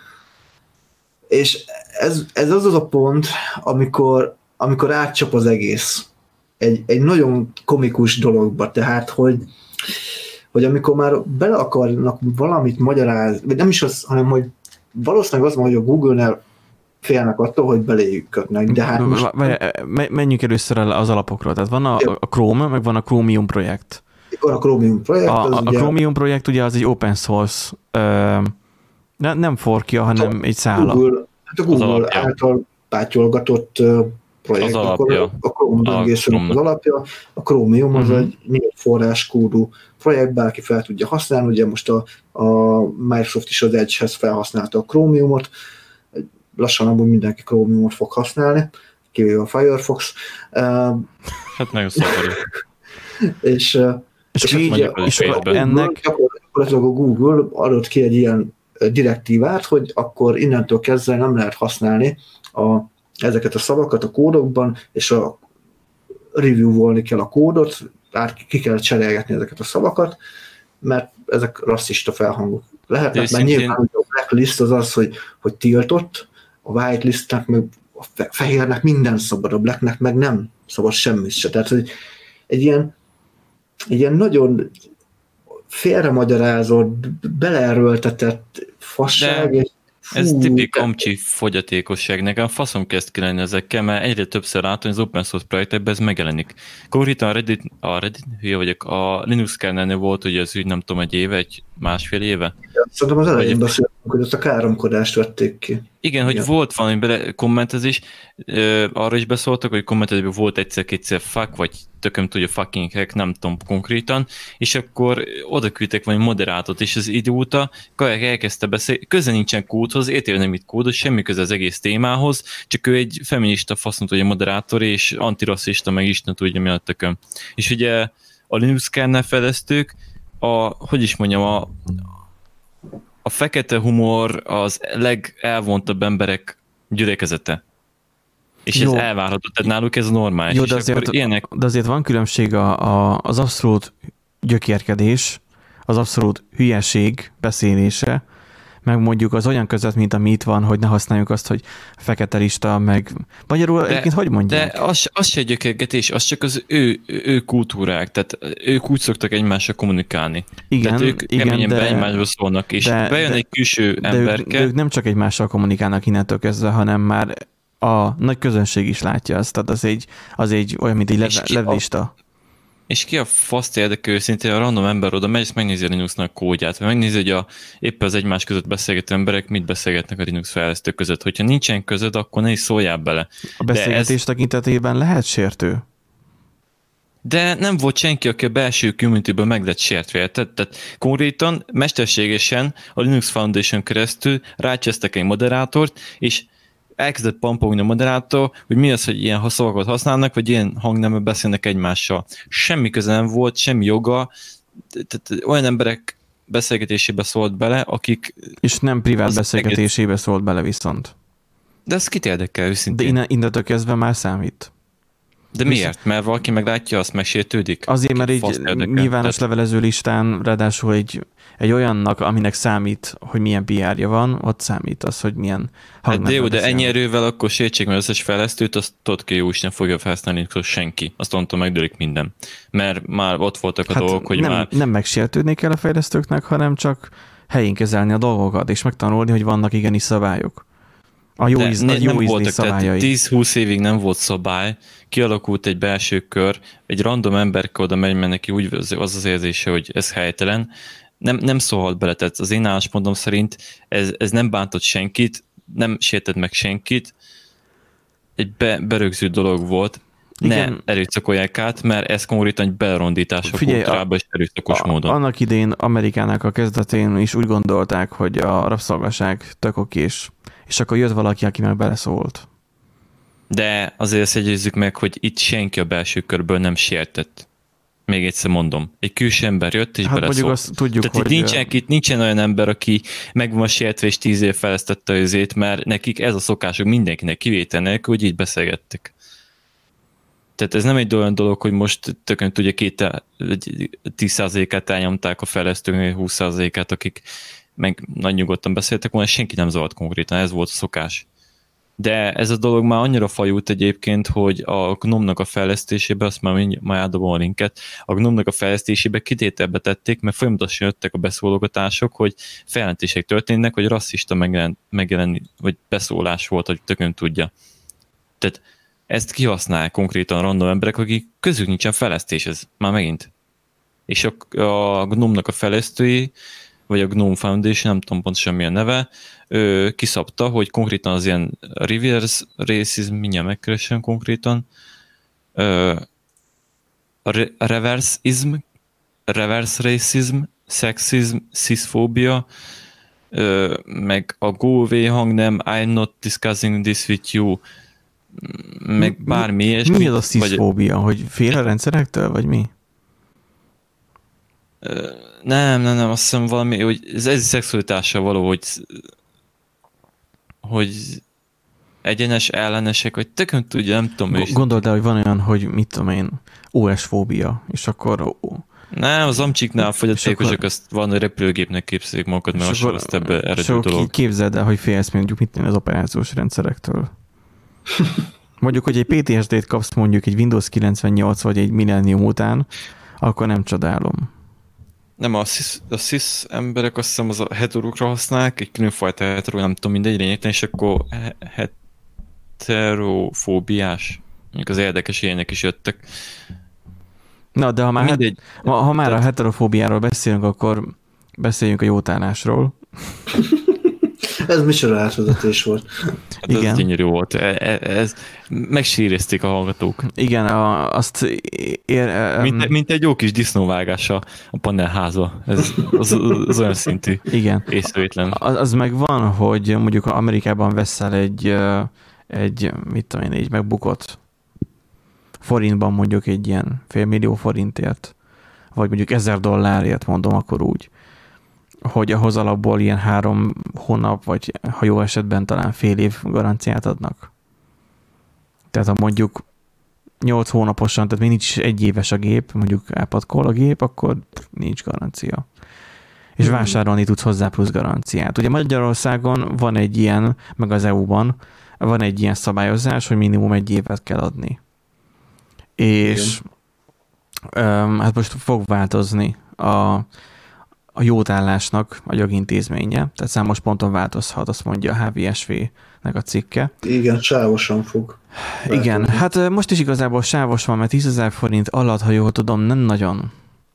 És ez, ez az az a pont, amikor, amikor átcsap az egész. Egy, egy nagyon komikus dologba, tehát, hogy, hogy amikor már bele akarnak valamit magyarázni, vagy nem is az, hanem hogy valószínűleg az van, hogy a Google-nél félnek attól, hogy beléjük kötnek, de hát most... Menjünk először az alapokról. Tehát van a, a Chrome, meg van a Chromium projekt. Van a Chromium projekt. A, az a ugye... Chromium projekt ugye az egy open source, ö, ne, nem forkja, hanem egy szála. Google, hát a Google által pátyolgatott projekt. Az alapja. A Chrome böngészőnek az alapja. A Chromium az uh-huh. egy nyílt forráskódú projekt, bárki fel tudja használni. Ugye most a, a Microsoft is az Edge-hez felhasználta a Chromiumot. Lassan abban mindenki Chromiumot fog használni, kivéve a Firefox. Hát nagyon szakadó. és és, és, így, és akkor ennek... gyakorlatilag a Google adott ki egy ilyen direktívát, hogy akkor innentől kezdve nem lehet használni a, ezeket a szavakat a kódokban, és a review-volni kell a kódot, át ki kell cserélgetni ezeket a szavakat, mert ezek rasszista felhangok lehetnek, mert szintén... nyilván a blacklist az az, hogy, hogy tiltott, a whitelistnek, meg a fehérnek minden szabad, a blacknek meg nem szabad semmit se. Tehát, hogy egy ilyen, egy ilyen nagyon félremagyarázott, beleerőltetett fasság, és fú, ez tipik omcsi fogyatékosság. Nekem faszom kezd ki lenni ezekkel, mert egyre többször látom, hogy az open source projektekben ez megjelenik. Konkrétan a Reddit, a Reddit, hülye vagyok, a Linux kernelnél volt ugye az ügy, nem tudom, egy éve, egy másfél éve. Ja, szerintem az elején beszéltünk, hogy ezt a káromkodást vették ki. Igen, hogy ja. volt valami bele kommentezés, arra is beszóltak, hogy kommentezésben volt egyszer-kétszer fuck, vagy tököm tudja fucking hack, nem tudom konkrétan, és akkor oda küldtek valami moderátort, és az idióta kajak elkezdte beszélni, köze nincsen kódhoz, értél nem itt kódhoz, semmi köze az egész témához, csak ő egy feminista faszont tudja moderátor, és antirasszista, meg Isten tudja mi a tököm. És ugye a Linux kernel fejlesztők, a, hogy is mondjam, a a fekete humor az legelvontabb emberek gyülekezete. És jó. Ez elvárható, tehát náluk ez normális. Jó, de azért, ilyenek... de azért van különbség a, a, az abszolút gyökérkedés, az abszolút hülyeség beszélése, meg mondjuk az olyan között, mint ami itt van, hogy ne használjuk azt, hogy fekete lista, meg magyarul egyébként hogy mondják? De az, az se gyökérgetés, az csak az ő, ő kultúrák, tehát ők úgy szoktak egymással kommunikálni. Igen, tehát ők igen, keményen de, be egymásba szólnak, és de, bejön de, egy külső de emberke. Ők, de ők nem csak egymással kommunikálnak innentől kezdve, hanem már a nagy közönség is látja ezt, tehát az egy, az egy olyan, mint egy lev, levlista. És ki a faszt érdekel őszintén, a random ember oda megy, és megnézi a Linuxnak kódját, vagy megnézi, hogy a, éppen az egymás között beszélgető emberek mit beszélgetnek a Linux fejlesztők között. Hogyha nincsen között, akkor ne is szóljál bele. A beszélgetés ez... tekintetében lehet sértő? De nem volt senki, aki a belső community-ből meg lett sértve. Tehát, tehát konkrétan, mesterségesen a Linux Foundation keresztül rácsesztek egy moderátort, és elkezdett pampogni a moderátor, hogy mi az, hogy ilyen szavakat használnak, vagy ilyen hangnemben beszélnek egymással. Semmi köze nem volt, semmi joga, tehát olyan emberek beszélgetésébe szólt bele, akik... És nem privát beszélgetésébe egész... szólt bele viszont. De ez kit érdekel őszintén? De innentől kezdve már számít. De miért? Mert valaki meglátja, azt megsértődik? Azért, mert egy nyilvános levelező listán, ráadásul egy, egy olyannak, aminek számít, hogy milyen pé er-ja van, ott számít az, hogy milyen hát de jó, de ennyi erővel akkor sértsék meg az összes fejlesztőt, azt tudod ki, jó is nem fogja felhasználni senki. Azt onnantól megdőlik minden. Mert már ott voltak a hát dolgok, hogy nem, már... Nem megsértődni kell a fejlesztőknek, hanem csak helyén kezelni a dolgokat, és megtanulni, hogy vannak igenis szabályok. A jó, íz, ne, jó nem voltak, szabályai. tíz-húsz évig nem volt szabály, kialakult egy belső kör, egy random emberke oda megy, mert neki úgy az az érzése, hogy ez helytelen, nem, nem szólhat bele, tehát az én álláspontom szerint ez, ez nem bántott senkit, nem sértett meg senkit, egy be, berögzült dolog volt, igen. Ne erőszakolják át, mert ez konkrétan egy belerondítás a kultúrába és erőszakos a, módon. Annak idén Amerikának a kezdetén is úgy gondolták, hogy a rabszolgaság tök okés, és akkor jött valaki, aki meg beleszólt. De azért ezt jegyezzük meg, hogy itt senki a belső körből nem sértett. Még egyszer mondom. Egy külső ember jött és hát beleszólt. Azt tudjuk, Tehát hogy... nincsen, itt nincsen olyan ember, aki meg van sértve és tíz év fejlesztette őzét, mert nekik ez a szokásuk mindenkinek kivétel nélkül, hogy így beszélgettek. Tehát ez nem egy olyan dolog, hogy most tökön tudja két, tíz százalékát elnyomták a fejlesztőknél, húsz százalékát, akik meg nagy nyugodtan beszéltek volna, senki nem zavart konkrétan, ez volt a szokás. De ez a dolog már annyira fajult egyébként, hogy a Gnome-nak a fejlesztésébe, azt már majd eldobom a linket, a Gnome-nak a fejlesztésébe kitételbe tették, mert folyamatosan jöttek a beszólogatások, hogy feljelentések történnek, hogy rasszista megjelen, megjelen, vagy beszólás volt, hogy tökön tudja. Tehát ezt kihasznál konkrétan random emberek, akik közük nincsen fejlesztéshez, már megint. És a, a Gnome-nak a fejlesztői, vagy a Gnome Foundation, nem tudom pontosan mi a neve, ö, kiszabta, hogy konkrétan az ilyen reverse racism, mindjárt megkeresem konkrétan, ö, re- reverseism, reverse racism, sexism, cisphobia, ö, meg a go away hangnem, I'm not discussing this with you, meg bármi ilyesmi. Mi az a cisphobia? Vagy... hogy fél a rendszerektől, vagy mi? Nem, nem, nem, azt hiszem valami, hogy ez ez szexualitással való, hogy, hogy egyenes ellenesek, vagy tökön tudja, nem tudom. G- Gondold el, hogy van olyan, hogy mit tudom én, ó es-fóbia, és akkor... Ó. Nem, az amcsiknál a fogyatékosok akkor... azt van, hogy repülőgépnek képzelik magukat, mert hasonló azt ebbe eredő dolog. Képzeld el, hogy félsz mondjuk mit tenni az operációs rendszerektől. Mondjuk, hogy egy pé té es dét kapsz mondjuk egy Windows kilencvennyolc vagy egy Millennium után, akkor nem csodálom. Nem, a cis, a cis emberek azt hiszem az a heterokra használják, egy különfajta hetero, nem tudom, mindegy lényegtelen, és akkor heterofóbiás, mondjuk az érdekes ilyenek is jöttek. Na, de ha már, mindegy, ha, ha már tehát... a heterofóbiáról beszélünk, akkor beszéljünk a jótállásról. Ez micsoda átvezetés volt. Hát igen. Ez gyönyörű volt. Ez, ez, megsírezték a hallgatók. Igen, a, azt ér... Um... Mint, mint egy jó kis disznóvágása a panelházba. Ez az, az olyan szintű. Igen. Észrevétlen. Az, az meg van, hogy mondjuk Amerikában veszel egy, egy mit tudom én, egy megbukott forintban mondjuk egy ilyen félmillió forintért, vagy mondjuk ezer dollárért mondom, akkor úgy, hogy ahhoz alapból ilyen három hónap, vagy ha jó esetben talán fél év garanciát adnak. Tehát ha mondjuk nyolc hónaposan, tehát még nincs egy éves a gép, mondjuk elpatkol a gép, akkor nincs garancia. És hmm. vásárolni tudsz hozzá plusz garanciát. Ugye Magyarországon van egy ilyen, meg az é u-ban van egy ilyen szabályozás, hogy minimum egy évet kell adni. És um, hát most fog változni a a jótállásnak a jogintézménye, tehát számos ponton változhat, azt mondja a há vé es vé-nek a cikke. Igen, sávosan fog. Igen, változni. Hát most is igazából sávos van, mert tízezer forint alatt, ha jól tudom, nem nagyon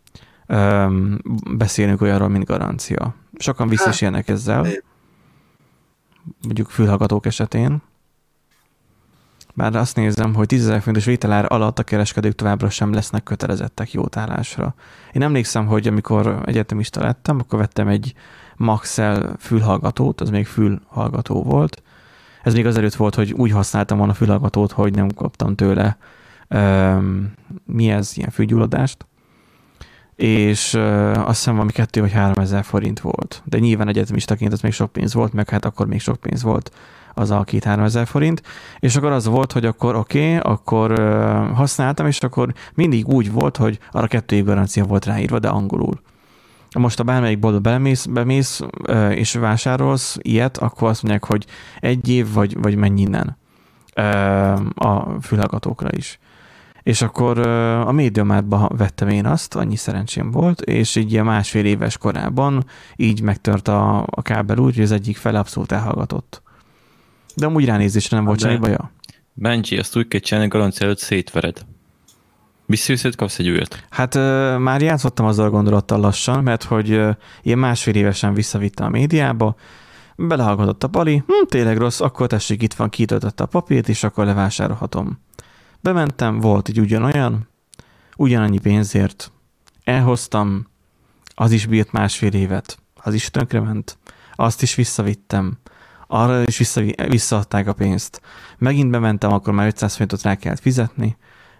öm, beszélünk olyanról, mint garancia. Sokan vissza is élnek ezzel, mondjuk fülhallgatók esetén. Bár azt nézem, hogy tízezer forintos vételár alatt a kereskedők továbbra sem lesznek kötelezettek jótállásra. Én emlékszem, hogy amikor egyetemista lettem, akkor vettem egy Maxell fülhallgatót, az még fülhallgató volt. Ez még azelőtt volt, hogy úgy használtam volna a fülhallgatót, hogy nem kaptam tőle um, mi ez, ilyen fülgyulladást. És uh, azt hiszem valami kettő vagy három ezer forint volt. De nyilván egyetemistaként ez még sok pénz volt, meg hát akkor még sok pénz volt az a két-három ezer forint, és akkor az volt, hogy akkor oké, okay, akkor uh, használtam, és akkor mindig úgy volt, hogy arra kettő év garancia volt ráírva, de angolul. Most, ha bármelyik boltba bemész, bemész uh, és vásárolsz ilyet, akkor azt mondják, hogy egy év, vagy, vagy menj innen uh, a fülhallgatókra is. És akkor uh, a Mediamarktba vettem én azt, annyi szerencsém volt, és így ilyen másfél éves korában így megtört a, a kábel úgy, hogy az egyik fele abszolút elhallgatott. De amúgy ránézésre nem volt semmi baja. Benji, azt úgy kell csinálni, garancia előtt szétvered. Visszajösszed, kapsz egy újat. Hát uh, már játszottam azzal a gondolattal lassan, mert hogy uh, ilyen másfél évesen visszavitte a médiába, belehallgatott a pali, hm, tényleg rossz, akkor tessék, itt van, kitöltötte a papírt, és akkor levásárolhatom. Bementem, volt egy ugyanolyan, ugyanannyi pénzért, elhoztam, az is bírt másfél évet, az is tönkrement, azt is visszavittem, arra is vissza, visszaadták a pénzt. Megint bementem, akkor már ötszáz forintot rá kellett fizetni,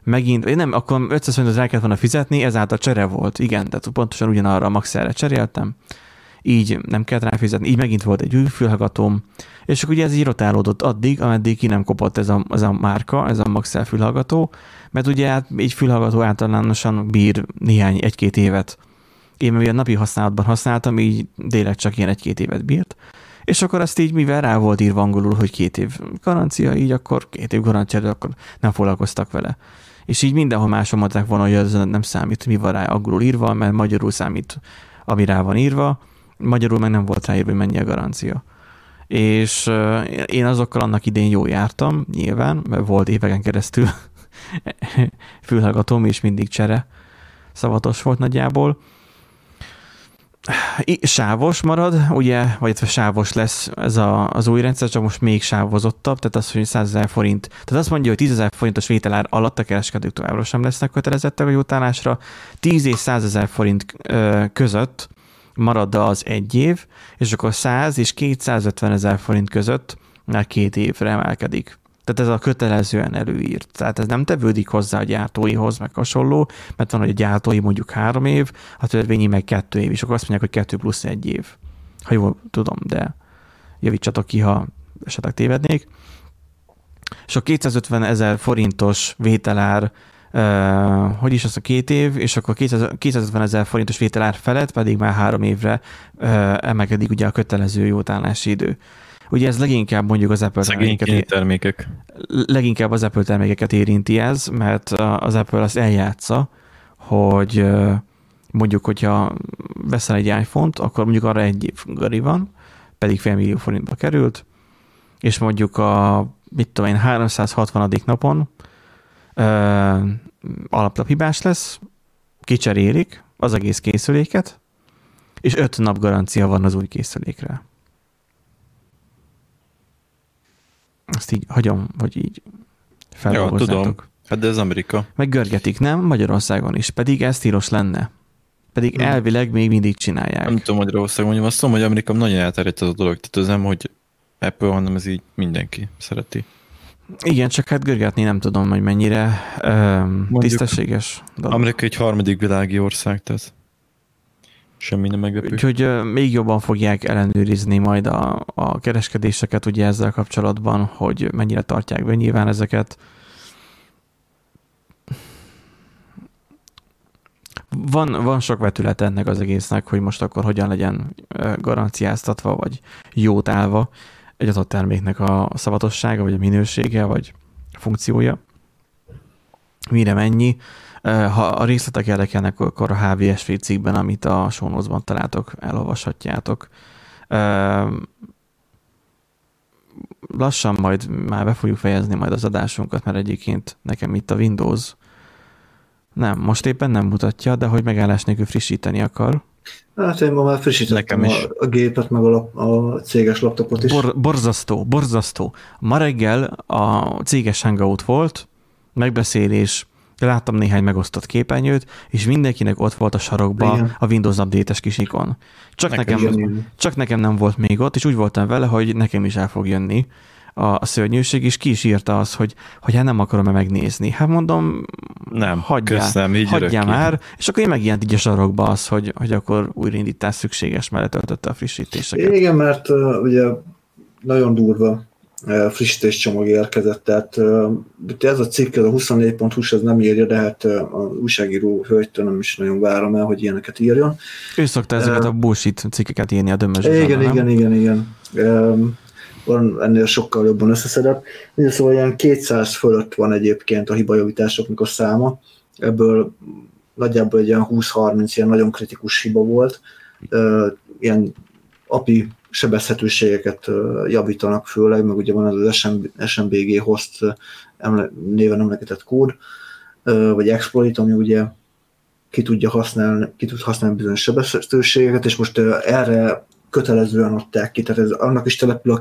megint, nem, akkor ötszáz forintot rá kellett volna fizetni, ezáltal csere volt, igen, tehát pontosan ugyanarra a Maxellre cseréltem, így nem kellett rá fizetni, így megint volt egy új fülhallgatóm, és akkor ugye ez így rotálódott addig, ameddig ki nem kopott ez a, ez a márka, ez a Maxell fülhallgató, mert ugye hát egy fülhallgató általánosan bír néhány, egy-két évet. Én mivel napi használatban használtam, így délek csak ilyen egy-két évet bírt, és akkor azt így, mivel rá volt írva angolul, hogy két év garancia, így akkor két év garancia, de akkor nem foglalkoztak vele. És így mindenhol máshol mondták volna, hogy ez nem számít, hogy mi van rá angolul írva, mert magyarul számít, ami rá van írva, magyarul meg nem volt ráírva, hogy mennyi a garancia. És én azokkal annak idén jól jártam, nyilván, mert volt éveken keresztül fülhallgatóm, és mindig csere szavatos volt nagyjából. Sávos marad, ugye, vagy sávos lesz ez a, az új rendszer, csak most még sávozottabb, tehát az, hogy százezer forint. Tehát azt mondja, hogy tízezer forintos vételár alatt a kereskedők továbbra sem lesznek kötelezettek a jótállásra, tíz és százezer forint között marad az egy év, és akkor száz és kétszázötven ezer forint között már két évre emelkedik. Tehát ez a kötelezően előírt. Tehát ez nem tevődik hozzá a gyártóihoz, meg hasonló, mert van, hogy a gyártói mondjuk három év, a törvényi meg kettő év, és akkor azt mondják, hogy kettő plusz egy év. Ha jól tudom, de javítsatok ki, ha esetleg tévednék. És a kétszázötven ezer forintos vételár, uh, hogy is az a két év, és akkor kétszázötven ezer forintos vételár felett pedig már három évre uh, emelkedik ugye a kötelező jótállási idő. Ugye ez leginkább mondjuk az Apple termékeket, termékek. leginkább az Apple termékeket érinti ez, mert az Apple azt eljátsza, hogy mondjuk, hogyha veszel egy iPhone-t, akkor mondjuk arra egy év gari van, pedig fél millió forintba került, és mondjuk a, mit tudom én, háromszázhatvanadik napon ö, alaplap hibás lesz, kicserélik az egész készüléket, és öt nap garancia van az új készülékre. Azt így hagyom, hogy így feldolgozzátok. Ja, tudom. Hát de ez Amerika. Meg görgetik, nem? Magyarországon is. Pedig ez tilos lenne. Pedig hmm. elvileg még mindig csinálják. Nem tudom Magyarországon, mondjam, azt tudom, hogy Amerika nagyon elterjedt ez a dolog. Tehát ez nem, hogy Apple, hanem ez így mindenki szereti. Igen, csak hát görgetni nem tudom, hogy mennyire um, tisztességes dolog. Amerika egy harmadik világi ország, tehát semmi nem meglepő. Úgyhogy uh, még jobban fogják ellenőrizni majd a, a kereskedéseket ugye ezzel kapcsolatban, hogy mennyire tartják be nyilván ezeket. Van, van sok vetület ennek az egésznek, hogy most akkor hogyan legyen garanciáztatva, vagy jót állva egy adott terméknek a szavatossága, vagy a minősége, vagy a funkciója. Mire mennyi? Ha a részletek érdekelnek, akkor a há vé es vé cikkben, amit a show notes-ban találtok, elolvashatjátok. Lassan majd már be fogjuk fejezni majd az adásunkat, mert egyébként nekem itt a Windows nem, most éppen nem mutatja, de hogy megállás nélkül frissíteni akar. Hát én ma már frissítettem a, a gépet, meg a, lap, a céges laptopot is. Bor, borzasztó, borzasztó. Ma reggel a céges hangout volt, megbeszélés, láttam néhány megosztott képernyőt, és mindenkinek ott volt a sarokba igen. A Windows Update-es kis ikon. Csak nekem, nekem, csak nekem nem volt még ott, és úgy voltam vele, hogy nekem is el fog jönni a, a szörnyűség, és ki is írta az, hogy, hogy hát nem akarom-e megnézni. Hát mondom, nem, hagyjál, köszönöm, így hagyjál már, és akkor én megjelent így a sarokba az, hogy, hogy akkor újraindítás szükséges, mert letöltötte a frissítéseket. Igen, mert uh, ugye nagyon durva uh, frissítés csomag érkezett, tehát uh, ez a cikk, ez a huszonnégy pont hu ez nem írja, de hát uh, az újságíró hölgytől nem is nagyon várom el, hogy ilyeneket írjon. Ő szokta ezeket uh, a bullshit cikkeket írni a dömös. Igen, igen, igen, igen, igen. Um, van ennél sokkal jobban összeszedett. Szóval ilyen kétszáz fölött van egyébként a hibajavításoknak a száma, ebből nagyjából egy ilyen húsz-harminc ilyen nagyon kritikus hiba volt, ilyen á pé i sebezhetőségeket javítanak főleg, meg ugye van az es em bé gé host néven emlegetett kód, vagy exploit, ami ugye ki tudja használni, ki tud használni bizonyos sebezhetőségeket, és most erre kötelezően adták ki, tehát ez annak is települ, akinek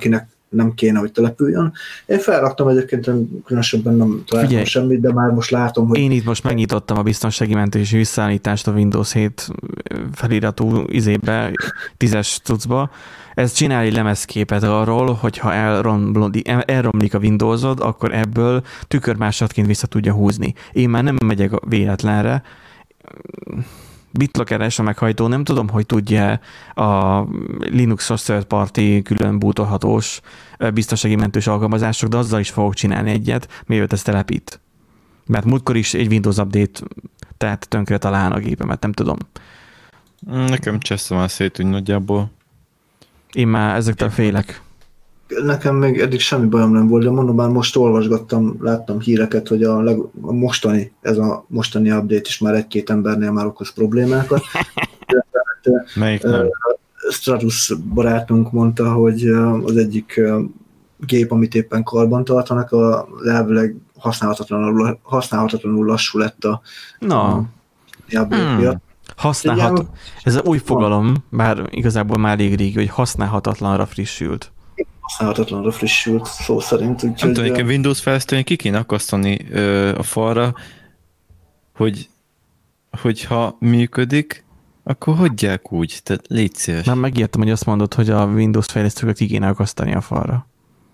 nem kéne, hogy települjön. Én felraktam egyébként, különösebben nem találtam Figyelj, semmit, de már most látom, hogy... Én itt most megnyitottam a biztonsági mentési visszaállítást a Windows hét feliratú izébe, tízes cuccba. Ez csinál egy lemezképet arról, hogyha elromlik, elromlik a Windowsod, akkor ebből tükörmásodként vissza tudja húzni. Én már nem megyek véletlenre. BitLocker-es a meghajtó, nem tudom, hogy tudja a Linux-os third party külön bootolhatós biztonsági mentős alkalmazások, de azzal is fogok csinálni egyet, mielőtt ezt telepít. Mert múltkor is egy Windows update tehát tönkre talál a gépemet, nem tudom. Nekem cseszem már szét úgy nagyjából. Én már ezektől félek. Nekem még eddig semmi bajom nem volt, de mondom, már most olvasgattam, láttam híreket, hogy a, leg, a mostani, ez a mostani update is már egy-két embernél már okoz problémákat. Melyik nem? Stratus barátunk mondta, hogy az egyik gép, amit éppen karban tartanak, a elvileg használhatatlanul, használhatatlanul lassú lett a, no. a update miatt. Hmm. Használhat, ez új fogalom, bár igazából már elég régi, hogy használhatatlanra frissült. Használhatatlanra frissült, szó szerint. Úgy, nem tudom, hogy Windows fejlesztően ki kéne akasztani ö, a falra, hogy hogyha működik, akkor hagyják úgy, tehát légy szíves. Már megértem, hogy azt mondod, hogy a Windows fejlesztőket ki kéne akasztani a falra.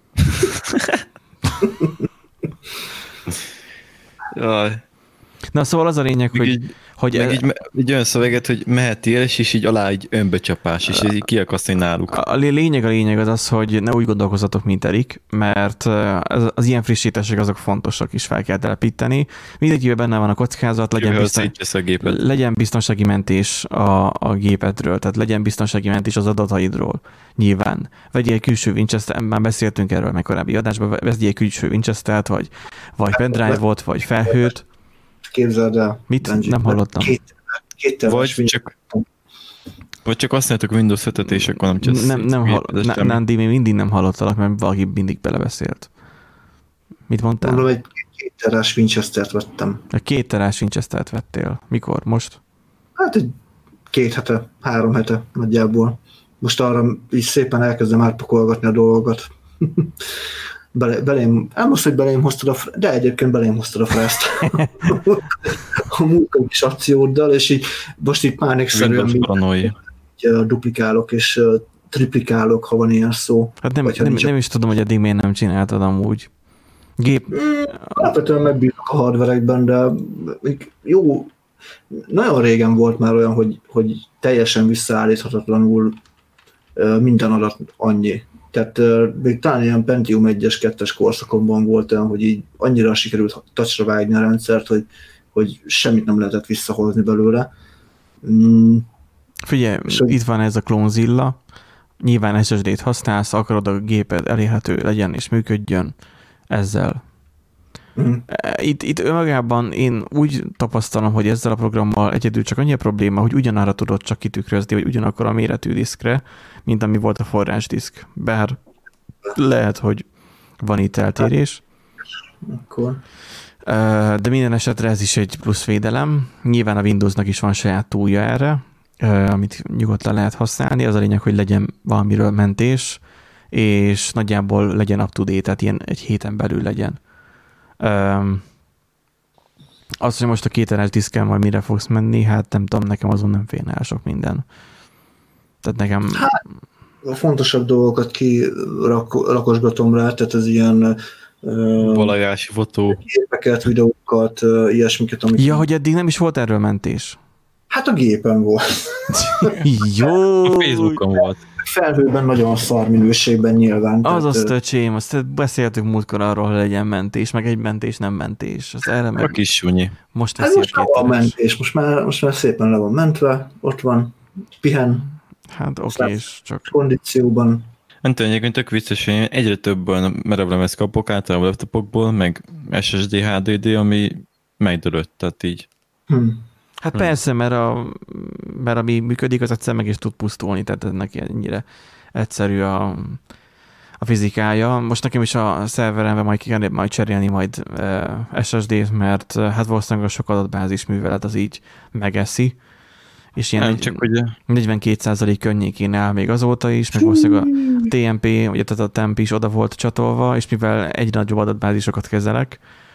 Jaj. Na szóval az a lényeg, meg hogy... Így, hogy meg el... így, így olyan szöveget, hogy mehetél, és így alá egy önbecsapás, és így kiakasztani náluk. A lényeg a lényeg az az, hogy ne úgy gondolkozzatok, mint Erik, mert az, az ilyen frissítések azok fontosak is, fel kell telepíteni. Mindegyivel benne van a kockázat, legyen, bizton... legyen biztonsági mentés a, a gépedről, tehát legyen biztonsági mentés az adataidról. Nyilván. Vegyél külső Winchester, már beszéltünk erről meg korábbi adásban, vegyél külső Winchester-t, vagy, vagy pendrive-ot, vagy felhőt. Képzeld el. Mit? Benji, nem hallottam. Két, két vagy, csak, vagy csak használtok Windows hetet, és akkor nem csesz. Nem, nem hall, Nandi, még mindig nem hallottalak, mert valaki mindig belebeszélt. Mit mondtál? Mondom, egy két terás Winchester-t vettem. A két terás Winchester-t vettél. Mikor? Most? Hát egy két hete, három hete nagyjából. Most arra így szépen elkezdem átpakolgatni a dolgokat. Bele, belém, nem most, hogy belém hoztad a fre- de egyébként belém hoztad a freszt a munkai kis akcióddal, és így most itt pánikszerűen duplikálok és uh, triplikálok, ha van ilyen szó. Hát nem, nem, nem is tudom, hogy eddig miért nem csináltad amúgy. Gép... Mm, alapvetően megbírok a hardverekben, de jó, nagyon régen volt már olyan, hogy, hogy teljesen visszaállíthatatlanul uh, minden adat annyi. Tehát uh, még talán ilyen Pentium egyes, kettes korszakomban volt olyan, hogy így annyira sikerült touchra vágni a rendszert, hogy, hogy semmit nem lehetett visszahozni belőle. Mm. Figyelj, so, itt van ez a Clonezilla, nyilván es es dét használsz, akarod a géped elérhető legyen és működjön ezzel. Mm. Itt, itt önmagában én úgy tapasztalom, hogy ezzel a programmal egyedül csak annyi a probléma, hogy ugyanarra tudod csak kitükrözni, vagy ugyanakkor a méretű diszkre, mint ami volt a forrásdiszk. Bár lehet, hogy van itt eltérés. Akkor. De minden esetre ez is egy plusz védelem. Nyilván a Windowsnak is van saját túlja erre, amit nyugodtan lehet használni. Az a lényeg, hogy legyen valamiről mentés, és nagyjából legyen up-to-date, tehát ilyen egy héten belül legyen. Um, az, hogy most a kéteres diszken majd mire fogsz menni, hát nem tudom, nekem azon nem félne el sok minden. Tehát nekem... Hát, a fontosabb dolgokat kirakosgatom rá, tehát ez ilyen uh, valajási fotó. Képeket, videókat, uh, ilyesmiket, amit... Ja, hogy eddig nem is volt erről mentés. Hát a gépen volt. Jó! A Facebookon volt. Felhőben nagyon szar minőségben nyilván. Azaz, tehát, töcsém, azt beszéltük múltkor arról, hogy legyen mentés, meg egy mentés nem mentés. Az erre meg... A kis sunyi. Most hát most már van mentés, most már, most már szépen le van mentve, ott van, pihen. Hát oké, okay, és csak... Kondícióban. Nem tudom, egyébként tök vicces, hogy egyre több merevlemezt kapok általában laptopokból, meg es es dé, há dé dé, ami megdörött, tehát így. Hmm. Hát hmm. persze, mert, a, mert ami működik, az egyszer meg is tud pusztulni, tehát ennek ennyire egyszerű a, a fizikája. Most nekem is a szerveremben majd ki kell majd cserélni majd es es dét, mert hát valószínűleg a sok adatbázis művelet az így megeszi, és ilyen nem, egy, csak ugye... negyvenkét százalék környékén áll még azóta is, meg valószínűleg a té em pé, ugye tehát a temp is oda volt csatolva, és mivel egyre nagyobb adatbázisokat kezelek,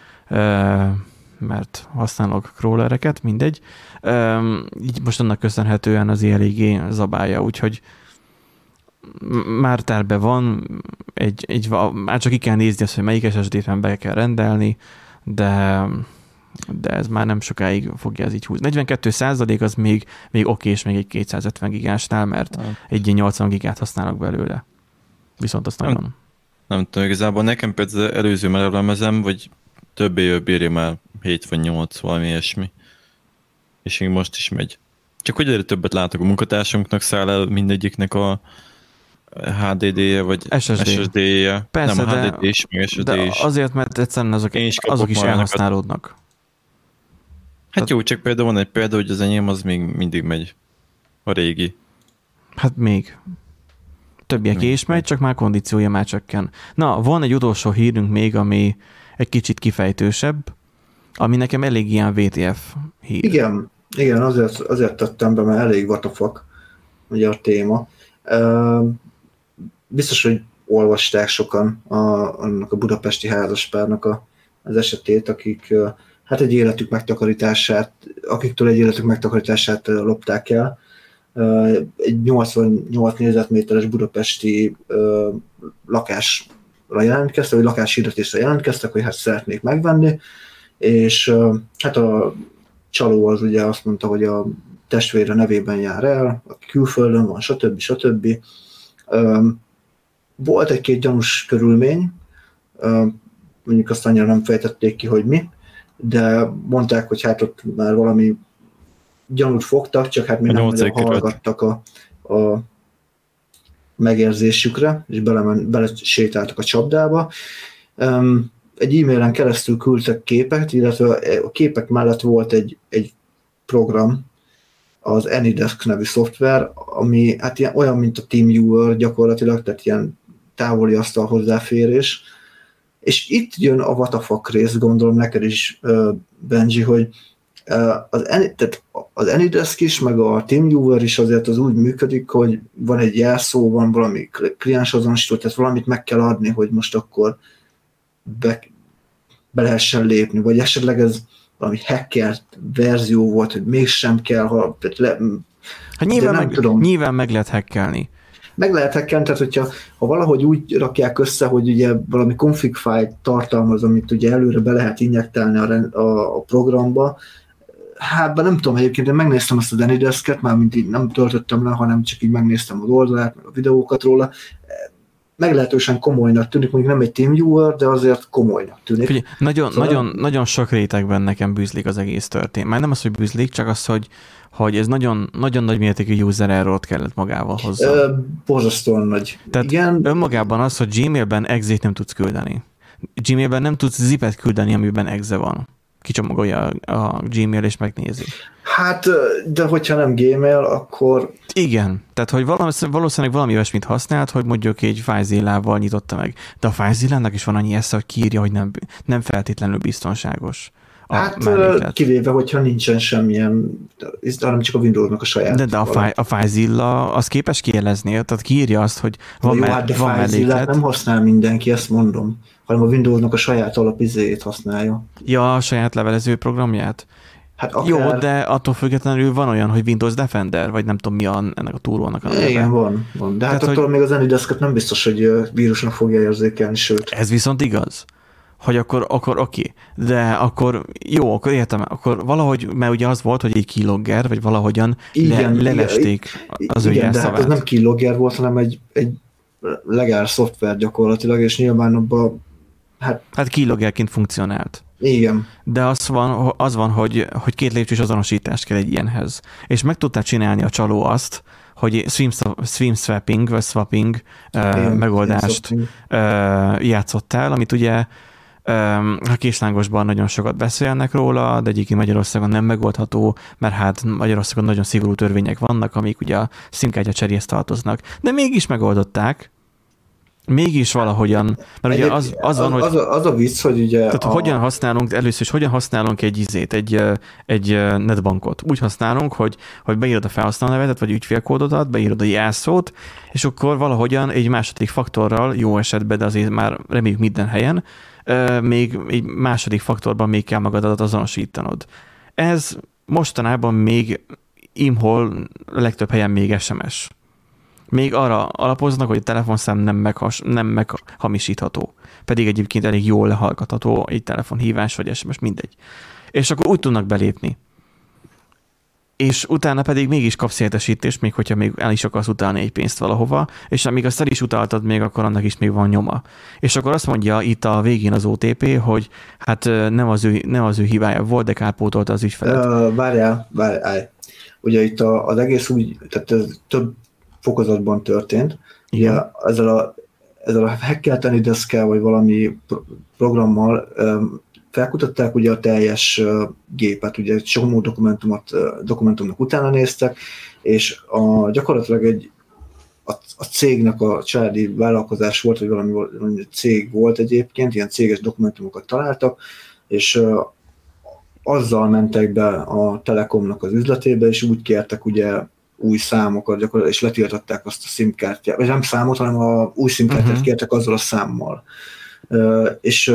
mert használok crawlereket, mindegy, így most annak köszönhetően az eléggé zabálja, úgyhogy már terve van, egy, egy, már csak ki kell nézni azt, hogy melyik es es dét-ben be kell rendelni, de, de ez már nem sokáig fogja ez így húzni. negyvenkét százalék az még, még oké, és még egy kétszázötven gigásnál, mert egy nyolcvan gigát használok belőle. Viszont azt nagyon... Nem, nem tudom, igazából nekem például az előző merevlemezem, vagy több éve bírja már hét vagy nyolc, valami ilyesmi. És még most is megy. Csak hogy egyre többet látok a munkatársunknak, száll el mindegyiknek a há dé dé-je, vagy es es dé-je. Persze, nem, a de, há dé dé is, meg es es dé de is. azért, mert egyszerűen azok, is, azok is elhasználódnak. Hát Tehát... jó, csak például van egy példa, hogy az enyém az még mindig megy. A régi. Hát még. Többiek is megy, csak már kondíciója már csökken. Na, van egy utolsó hírünk még, ami egy kicsit kifejtősebb, ami nekem elég ilyen vé té ef hír. Igen, igen, azért, azért tettem be, mert elég what the fuck, ugye a téma. Biztos, hogy olvasták sokan a, annak a budapesti házaspárnak a, az esetét, akik hát egy életük megtakarítását, akiktől egy életük megtakarítását lopták el. Egy nyolcvannyolc négyzetméteres budapesti lakásra jelentkeztek, vagy lakáshirdetésre jelentkeztek, hogy hát szeretnék megvenni, és hát a csaló az ugye azt mondta, hogy a testvére nevében jár el, aki külföldön van, stb. stb. Volt egy-két gyanús körülmény, mondjuk azt annyira nem fejtették ki, hogy mi, de mondták, hogy hát ott már valami gyanút fogtak, csak hát mi nem nagyon hallgattak a, a megérzésükre, és belemen, belesétáltak a csapdába. Egy e-mailen keresztül küldtek képet, illetve a képek mellett volt egy, egy program, az AnyDesk nevű szoftver, ami hát ilyen, olyan, mint a TeamViewer gyakorlatilag, tehát ilyen távoli asztal hozzáférés. És itt jön a what the fuck rész, gondolom neked is, Benji, hogy az, tehát az AnyDesk is, meg a TeamViewer is azért az úgy működik, hogy van egy jelszó, van valami kliensazonosító, tehát valamit meg kell adni, hogy most akkor be, be lehessen lépni, vagy esetleg ez valami hackert verzió volt, hogy mégsem kell, ha... Le, hát nyilván, meg, tudom. nyilván meg lehet hackelni. Meg lehet hackelni, tehát hogyha ha valahogy úgy rakják össze, hogy ugye valami config file tartalmaz, amit ugye előre be lehet injektálni a, a, a programba, hát nem tudom, egyébként én megnéztem azt a AnyDesket, mármint így nem töltöttem le, hanem csak így megnéztem az oldalát, meg a videókat róla, meglehetősen komolynak tűnik, mondjuk nem egy TeamViewer, de azért komolynak tűnik. Figyelj, nagyon, szóval... nagyon, nagyon sok rétegben nekem bűzlik az egész történet. Már nem az, hogy bűzlik, csak az, hogy, hogy ez nagyon, nagyon nagy mértékű user error-t kellett magával hozzá. Ö, borzasztóan nagy. Tehát igen. Önmagában az, hogy Gmailben exit nem tudsz küldeni. Gmailben nem tudsz zipet küldeni, amiben exe van. Kicsomagolja a Gmail és megnézi. Hát, de hogyha nem Gmail, akkor... Igen, tehát hogy valószínűleg valami olyasmit használt, hogy mondjuk egy FileZilla-val nyitotta meg. De a FileZilla-nak is van annyi esze, hogy kiírja, hogy nem, nem feltétlenül biztonságos. Hát melléklet. Kivéve, hogyha nincsen semmilyen, hanem csak a Windowsnak a saját. De, de a, fi, a FileZilla az képes kijelezni, tehát kiírja azt, hogy van, jó, me- hát de van melléklet. Nem használ mindenki, ezt mondom, hanem a Windowsnak a saját alapizéjét használja. Ja, a saját levelező programját? Hát akár... Jó, de attól függetlenül van olyan, hogy Windows Defender, vagy nem tudom mi a, ennek a túrónak a neve. Igen, van, van. De hát Tehát, attól hogy... még az AnyDesket nem biztos, hogy vírusnak fogja érzékelni, sőt. Ez viszont igaz. Hogy akkor, akkor oké, de akkor jó, akkor értem, akkor valahogy, mert ugye az volt, hogy egy keylogger, vagy valahogyan igen, le, lelesték az ő jelszavát. Igen, de hát ez nem keylogger volt, hanem egy, egy legál szoftver gyakorlatilag, és nyilván abban hát... Hát keyloggerként funkcionált. Igen. De az van, az van hogy, hogy két lépcsős azonosítást kell egy ilyenhez. És meg tudták csinálni a csaló azt, hogy stream, stream swapping, vagy swapping uh, megoldást uh, játszottál, amit ugye a Kislángosban nagyon sokat beszélnek róla, de egyébként Magyarországon nem megoldható, mert hát Magyarországon nagyon szigorú törvények vannak, amik ugye a SIM-kártya cseréhez tartoznak. De mégis megoldották, Mégis valahogyan, mert ugye az, az van, az, hogy... Az a, az a vicc, hogy ugye... Tehát a... hogyan használunk, először is hogyan használunk egy izét, egy, egy netbankot. Úgy használunk, hogy, hogy beírod a felhasználó nevedet, vagy ügyfélkódodat, beírod a jelszót, és akkor valahogyan egy második faktorral, jó esetben, de azért már reméljük minden helyen, még egy második faktorban még kell magadat azonosítanod. Ez mostanában még imhol legtöbb helyen még es em es. Még arra alapoznak, hogy a telefonszám nem, meghas, nem meghamisítható. Pedig egyébként elég jól lehallgatható egy telefonhívás, vagy es em es, mindegy. És akkor úgy tudnak belépni. És utána pedig mégis kapsz értesítést, még hogyha még el is akarsz utalni egy pénzt valahova, és amíg azt el is utaltad még, akkor annak is még van nyoma. És akkor azt mondja itt a végén az o té pé, hogy hát nem az ő, nem az ő hibája volt, de kárpótolta az ügyfelet. Uh, várjál, várjál. Ugye itt a, az egész úgy, tehát ez több fokozatban történt. Ugye ezzel a, ezzel a hackelteni deszkkel, vagy valami programmal um, felkutatták ugye a teljes uh, gépet, ugye csomó dokumentumot, uh, dokumentumnak utána néztek, és a, gyakorlatilag egy a, a cégnek a családi vállalkozás volt, vagy valami, valami cég volt egyébként, ilyen céges dokumentumokat találtak, és uh, azzal mentek be a Telekomnak az üzletébe, és úgy kértek ugye új számokat gyakorlatilag, és letiltották azt a SIM-kártyát, vagy nem számot, hanem a új SIM-kártyát uh-huh. kértek azzal a számmal. Uh, és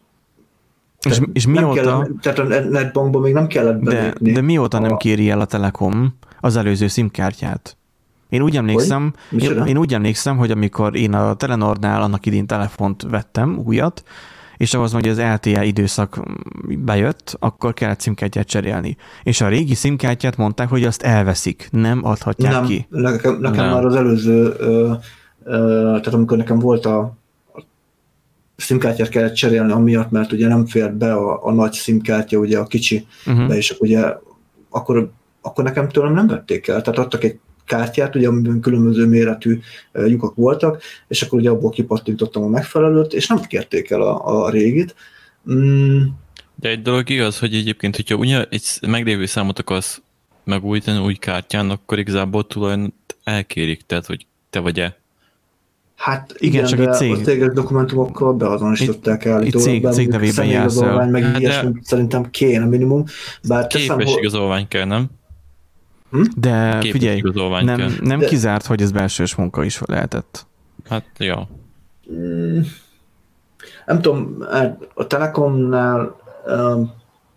És, és mióta... Kellett, tehát a netbankban még nem kellett belépni. De, de mióta a... nem kéri el a Telekom az előző SIM-kártyát? Én úgy emlékszem, én, én úgy emlékszem, hogy amikor én a Telenornál annak idén telefont vettem, újat, és ahhoz, hogy az el té e időszak bejött, akkor kellett SIM-kártyát cserélni. És a régi SIM-kártyát mondták, hogy azt elveszik, nem adhatják nem, ki. Nekem, nekem nem. Már az előző, ö, ö, tehát amikor nekem volt a SIM-kártyát kellett cserélni amiatt, mert ugye nem fért be a, a nagy SIM-kártya, ugye a kicsi, uh-huh. be, és ugye akkor, akkor nekem tőlem nem vették el. Tehát adtak egy kártyát, ugye, amiben különböző méretű lyukak voltak, és akkor ugye abból kipattintottam a megfelelőt, és nem kérték el a, a régit. Mm. De egy dolog igaz, hogy egyébként, hogyha ugye egy meglévő számot akarsz megújítani új kártyán, akkor igazából tulajdon elkérik, tehát, hogy te vagy-e. Hát igen, igen csak de cég... a céges dokumentumokkal beazonosították el. Egy cég, cég nevében jársz el. Meg hát ilyesmi szerintem kéne minimum. Bár képességigazolvány kell, nem? Hm? De figyelj, nem, nem De... kizárt, hogy ez belsős munka is lehetett. Hát, ja. Mm, nem tudom, a Telekomnál um,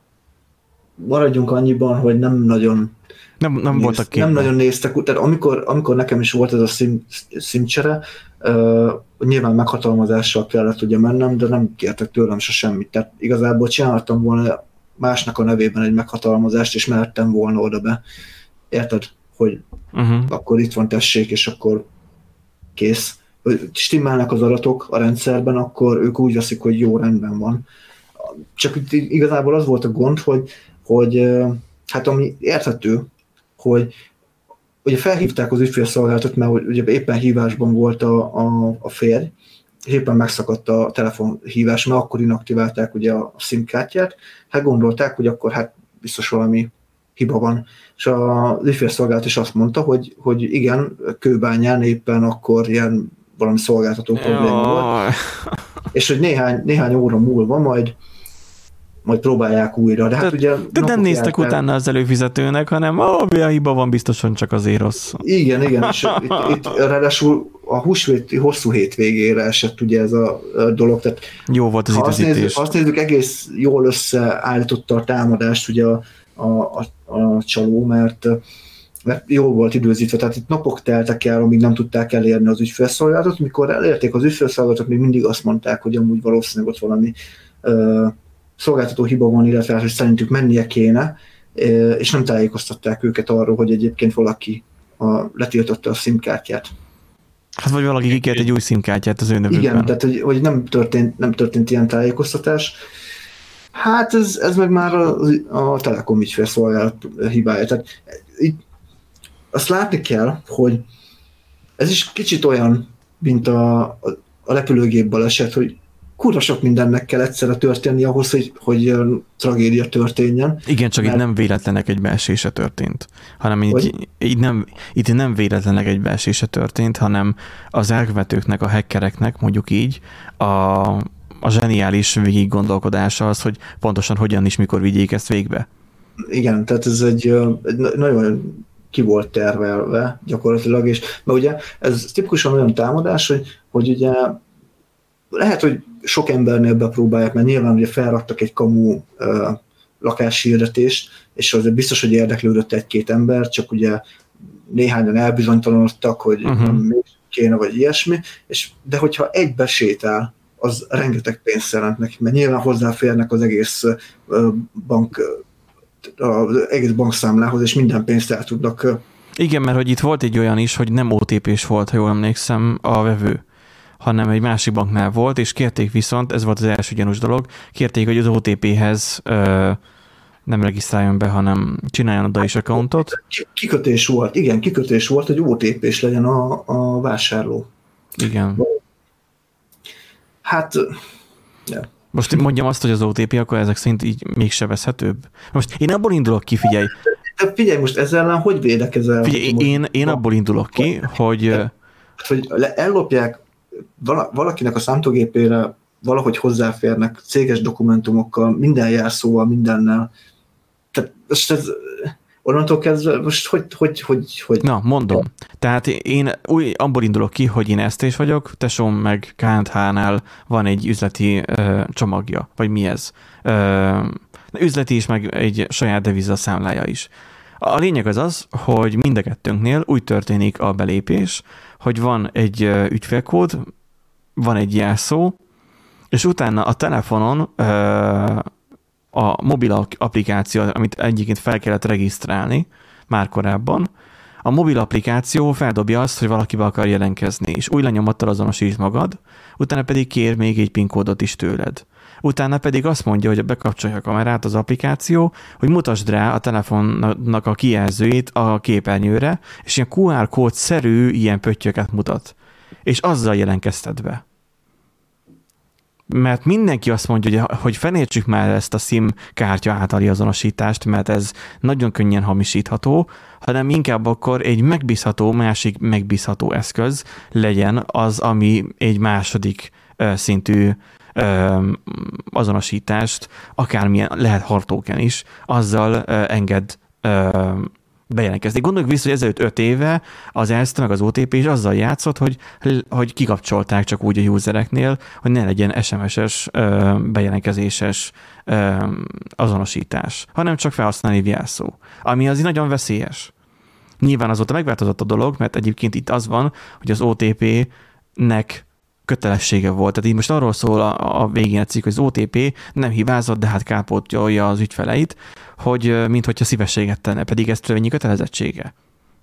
maradjunk annyiban, hogy nem nagyon nem, nem, néz, voltak képben. nem nagyon néztek. Tehát amikor, amikor nekem is volt ez a szim, szimcsere, uh, nyilván meghatalmazással kellett ugye mennem, de nem kértek tőlem se semmit. Tehát igazából csináltam volna másnak a nevében egy meghatalmazást, és mehettem volna oda be. Érted, hogy uh-huh. akkor itt van, tessék, és akkor kész. Stimmelnek az adatok a rendszerben, akkor ők úgy veszik, hogy jó, rendben van. Csak igazából az volt a gond, hogy, hogy hát ami érthető, hogy ugye felhívták az ügyfélszolgálatot, mert ugye éppen hívásban volt a, a, a férj, és éppen megszakadt a telefonhívás, mert akkor inaktiválták ugye a SIM-kártyát, hát gondolták, hogy akkor hát biztos valami hiba van. És az ügyfélszolgálat is azt mondta, hogy, hogy igen, Kőbányán éppen akkor ilyen valami szolgáltató probléma volt, és hogy néhány, néhány óra múlva majd majd próbálják újra. De hát de, ugye... De nem néztek el... utána az előfizetőnek, hanem ó, a hiba van, biztosan csak azért rossz. Igen, igen, és itt, itt ráadásul a húsvéti hosszú hétvégére esett ugye ez a dolog. Tehát jó volt az időzítés. Azt nézzük, azt nézzük, egész jól összeállította a támadást ugye a, a, a, a csaló, mert, mert jól volt időzítve, tehát itt napok teltek el, amíg nem tudták elérni az ügyfélszolgálatot. Mikor elérték az ügyfélszolgálatot, még mindig azt mondták, hogy amúgy valószínűleg ott valami uh, szolgáltató hiba van, illetve hogy szerintük mennie kéne, és nem tájékoztatták őket arról, hogy egyébként valaki a, letiltotta a SIM-kártyát. Hát vagy valaki kikért egy új SIM-kártyát az ő nevükben. Igen, tehát hogy, hogy nem, történt, nem történt ilyen tájékoztatás. Hát ez, ez meg már a, a Telekom ügyfélszolgálat hibája. Tehát így azt látni kell, hogy ez is kicsit olyan, mint a, a repülőgép baleset, hogy kurva sok mindennek kell egyszerre történni ahhoz, hogy, hogy tragédia történjen. Igen, csak mert... itt nem véletlenek egybeesése történt, hanem így, így nem, itt nem véletlenek egybeesése történt, hanem az elkövetőknek, a hackereknek, mondjuk így, a, a zseniális végig gondolkodása az, hogy pontosan hogyan is, mikor vigyék ezt végbe. Igen, tehát ez egy, egy nagyon ki volt tervelve gyakorlatilag, és mert ugye ez tipikusan olyan támadás, hogy, hogy ugye lehet, hogy sok embernél bepróbálják, mert nyilván ugye felraktak egy kamu uh, lakáshirdetést, és azért biztos, hogy érdeklődött egy-két ember, csak ugye néhányan elbizonytalanodtak, hogy uh-huh. még kéne, vagy ilyesmi, és, de hogyha egy besétál, az rengeteg pénzt jelent neki, mert nyilván hozzáférnek az egész uh, bank az egész bankszámlához, és minden pénzt el tudnak. Igen, mert hogy itt volt egy olyan is, hogy nem o té pés volt, ha jól emlékszem, a vevő, hanem egy másik banknál volt, és kérték viszont, ez volt az első gyanús dolog, kérték, hogy az o té péhez ö, nem regisztráljon be, hanem csináljon oda is accountot. Kikötés volt, igen, kikötés volt, hogy o té pés legyen a, a vásárló. Igen. Hát, ja. Most mondjam azt, hogy az o té pé akkor ezek szerint így még sebezhetőbb. Most én abból indulok ki, figyelj. De figyelj, most ezzel ellen hogy védekezel? Figyelj, én, én abból indulok ki, hogy... De, hogy ellopják valakinek a számítógépére, valahogy hozzáférnek céges dokumentumokkal, minden jelszóval, mindennel. Tehát most ez... Onnantól kezdve, most hogy, hogy, hogy, hogy... Na, mondom. Tehát én új, abból indulok ki, hogy én esztés vagyok, tesóm meg ká en há-nál van egy üzleti ö, csomagja, vagy mi ez? Ö, üzleti is, meg egy saját deviza számlája is. A lényeg az az, hogy mind a kettőnknél úgy történik a belépés, hogy van egy ügyfélkód, van egy jelszó, és utána a telefonon ö, a mobil applikáció, amit egyébként fel kellett regisztrálni már korábban, a mobil applikáció feldobja azt, hogy valaki be akar jelentkezni, és új lenyomattal azonosítsd magad, utána pedig kér még egy PIN kódot is tőled. Utána pedig azt mondja, hogy bekapcsolja a kamerát az applikáció, hogy mutasd rá a telefonnak a kijelzőjét a képernyőre, és ilyen kú ár kód-szerű ilyen pöttyöket mutat. És azzal jelentkezted be. Mert mindenki azt mondja, hogy felejtsük már ezt a SIM kártya általi azonosítást, mert ez nagyon könnyen hamisítható, hanem inkább akkor egy megbízható, másik megbízható eszköz legyen az, ami egy második uh, szintű uh, azonosítást, akármilyen, lehet hardtoken is, azzal uh, enged uh, bejelentkezni. Gondoljuk vissza, hogy ezelőtt öt éve az Erste meg az o té pé is azzal játszott, hogy, hogy kikapcsolták csak úgy a usereknél, hogy ne legyen es em es-es bejelentkezéses azonosítás, hanem csak felhasználni jelszó, ami azért nagyon veszélyes. Nyilván azóta megváltozott a dolog, mert egyébként itt az van, hogy az o té pé-nek kötelessége volt. Tehát így most arról szól a, a végén a cikk, hogy az o té pé nem hibázott, de hát kárpótolja az ügyfeleit, hogy minthogyha szívességet tenne, pedig ez törvényi kötelezettsége.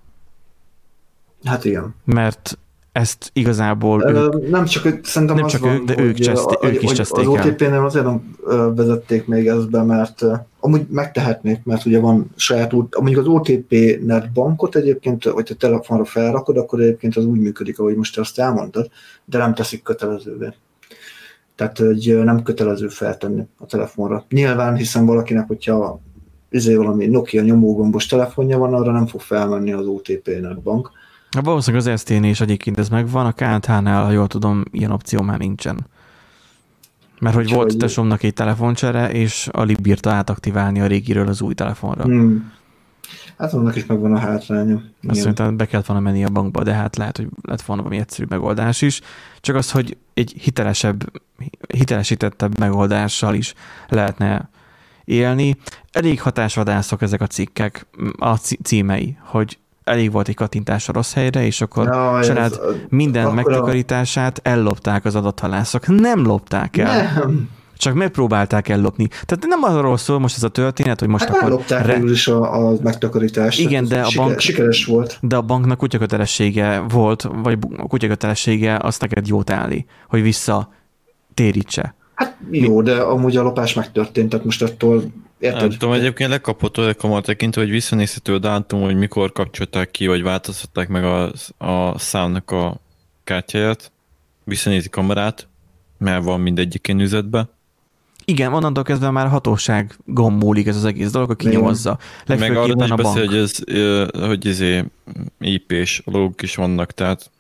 Hát igen. Mert ezt igazából Ö, ők, nem csak, szerintem nem az csak van, ők, de hogy ők, cseszté, a, ők is hogy cseszték az el. o té pé-nél azért nem vezették még ezt be, mert amúgy megtehetnék, mert ugye van saját út, amúgy az o té pé net bankot egyébként, hogyha telefonra felrakod, akkor egyébként az úgy működik, ahogy most azt elmondtad, de nem teszik kötelezővé. Tehát hogy nem kötelező feltenni a telefonra. Nyilván, hiszen valakinek, hogyha izé valami Nokia nyomógombos telefonja van, arra nem fog felmenni az o té pé net bank. A valószínűleg az es té-nél is egyébként ez megvan, a ká en há-nál, ha jól tudom, ilyen opció már nincsen. Mert hogy volt tesómnak egy telefoncsere, és alig bírta átaktiválni a régiről az új telefonra. Hmm. Hát annak is megvan a hátránya. Azt szerintem be kellett volna menni a bankba, de hát lehet, hogy lett volna valami egyszerű megoldás is. Csak az, hogy egy hitelesebb, hitelesítettebb megoldással is lehetne élni. Elég hatásvadászok ezek a cikkek, a címei, hogy elég volt egy kattintás a rossz helyre, és akkor ja, család minden akkor megtakarítását ellopták az adathalászok. Nem lopták el. Nem. Csak megpróbálták ellopni. Tehát nem arról szól most ez a történet, hogy most hát akkor... ellopták re... is a, a megtakarítást. Igen, de a siker, bank... sikeres volt. De a banknak kutyakötelessége volt, vagy a kutyakötelessége azt neked jót állni, hogy visszatérítse. Hát jó, Mi... de amúgy a lopás megtörtént, tehát most attól érted? Nem tudom, egyébként legkapott olyan kamar tekintve, hogy visszanézhető a dátum, hogy mikor kapcsolták ki, vagy változtatták meg a, a számnak a kártyáját, visszanézi kamerát, mert van mindegyik én üzletben. Igen, onnantól kezdve már hatóság gombólik ez az egész dolog, aki kinyomozza. Meg arra is beszél, hogy, ez, hogy izé í pés logok is vannak, tehát...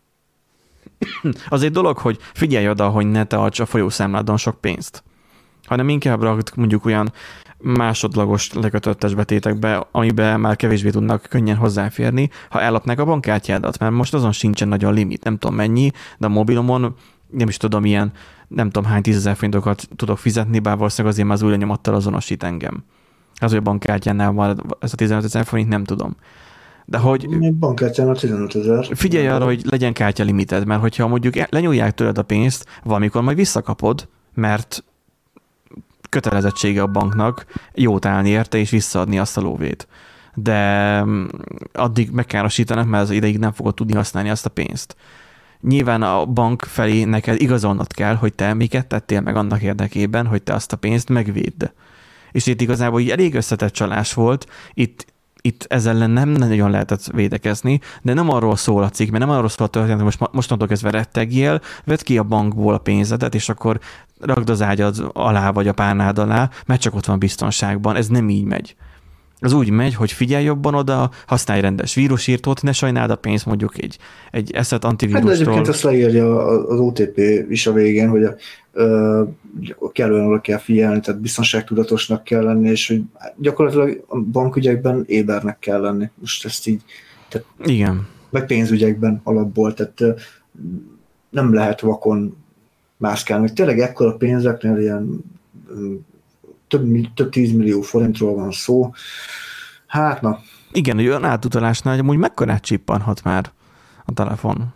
Az egy dolog, hogy figyelj oda, hogy ne tarts a folyószámládon sok pénzt, hanem inkább rakd mondjuk olyan másodlagos lekötöttes betétekbe, amiben már kevésbé tudnak könnyen hozzáférni, ha ellopnák a bankkártyádat, mert most azon sincsen nagyon limit, nem tudom mennyi, de a mobilomon nem is tudom, ilyen nem tudom hány tízezer forintokat tudok fizetni, bár valószínűleg azért már az új lenyomattal azonosít engem. Az, hogy a bankkártyánál van ez a tizenötezer forint, nem tudom. De hogy... Bankkártyánál tizenötezer. Figyelj arra, hogy legyen kártya limited, mert hogyha mondjuk lenyúlják tőled a pénzt, valamikor majd visszakapod, mert kötelezettsége a banknak jót állni érte és visszaadni azt a lóvét. De addig megkárosítanak, mert az ideig nem fogod tudni használni azt a pénzt. Nyilván a bank felé neked igazolnod kell, hogy te miket tettél meg annak érdekében, hogy te azt a pénzt megvédd. És itt igazából így elég összetett csalás volt, itt, itt ezzel ellen nem nagyon lehetett védekezni, de nem arról szól a cikk, mert nem arról szól a történet, hogy most, mostantól kezdve rettegjél, vedd ki a bankból a pénzedet, és akkor rakd az ágyad alá, vagy a párnád alá, mert csak ott van biztonságban. Ez nem így megy. Az úgy megy, hogy figyelj jobban oda, használj rendes vírusírtót, ne sajnáld a pénzt mondjuk egy, egy eszet antivírustól. Hát de egyébként azt leírja az o té pé is a végén, hogy a, ö, kellően oda kell figyelni, tehát biztonságtudatosnak kell lenni, és hogy gyakorlatilag a bankügyekben ébernek kell lenni. Most ezt így, tehát, igen. Meg pénzügyekben alapból, tehát ö, nem lehet vakon mászkálni. Tényleg ekkora pénzeknél ilyen ö, több, több tízmillió forintról van szó. Hát na. Igen, hogy olyan átutalásnál, hogy amúgy mekkorát csippanhat már a telefon.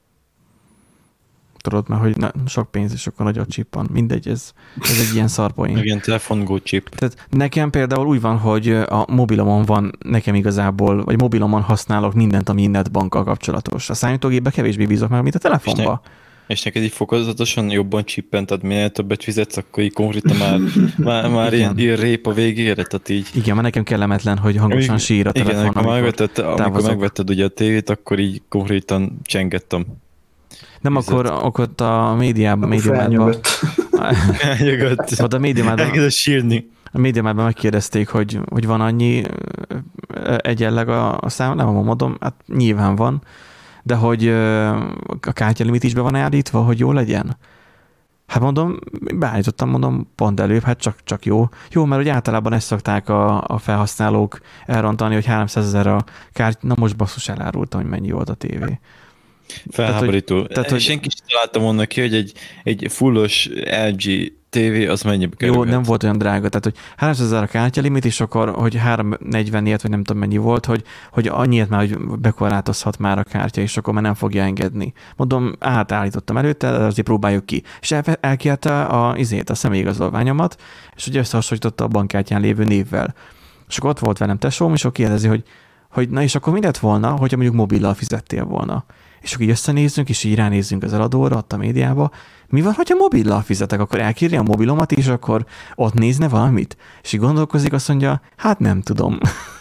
Tudod már, hogy na, sok pénz és akkor nagyot csippan. Mindegy, ez, ez egy ilyen szarpoén. Igen, telefon chip. Tehát nekem például úgy van, hogy a mobilomon van nekem igazából, vagy mobilomon használok mindent, ami internetbankkal kapcsolatos. A számítógépbe kevésbé bízok már, mint a telefonba. És neked így fokozatosan jobban csippentad, minél többet fizetsz, akkor így konkrétan már, már, már ilyen, ilyen rép a végére, tehát így. Igen, mert nekem kellemetlen, hogy hangosan sír a telefon. Igen, amikor, megvetted, amikor megvetted ugye a tévét, akkor így konkrétan csengettem. Nem, akkor, akkor ott a médiában, médiumában. Elnyögött. Ott a médiumában. Elkezdett sírni. A médiumában megkérdezték, hogy, hogy van annyi egyenleg a, a szám, nem mondom, hát nyilván van. De hogy a kártyalimit is be van állítva, hogy jó legyen? Hát mondom, beállítottam, mondom, pont előbb, hát csak, csak jó. Jó, mert hogy általában ezt szokták a, a felhasználók elrontani, hogy háromszázezer a kártya, na most basszus elárultam, hogy mennyi volt a tévé. Felháborító. Tehát, hogy, tehát, hogy senki sem találtam volna ki, hogy egy, egy fullos el gé tévé az mennyibe kerül. Jó, nem volt olyan drága, tehát hogy háromszázezer a kártyalimit, és akkor, hogy háromszáznegyven ilyet, vagy nem tudom mennyi volt, hogy, hogy annyiet már, hogy bekorlátozhat már a kártya, és akkor már nem fogja engedni. Mondom, átállítottam előtte, de azért próbáljuk ki. És el, elkérte a, izét, a személyigazolványomat, és ugye összehasonlította a bankkártyán lévő névvel. És akkor ott volt velem tesóm, és akkor kérdezi, hogy, hogy na és akkor mi lett volna, hogyha mondjuk mobillal fizettél volna. És akkor így összenézzünk, és így ránézzünk az eladóra, ott a médiába. Mi van, hogyha mobillal fizetek? Akkor elkérje a mobilomat, és akkor ott nézne valamit? És így gondolkozik, azt mondja, hát nem tudom.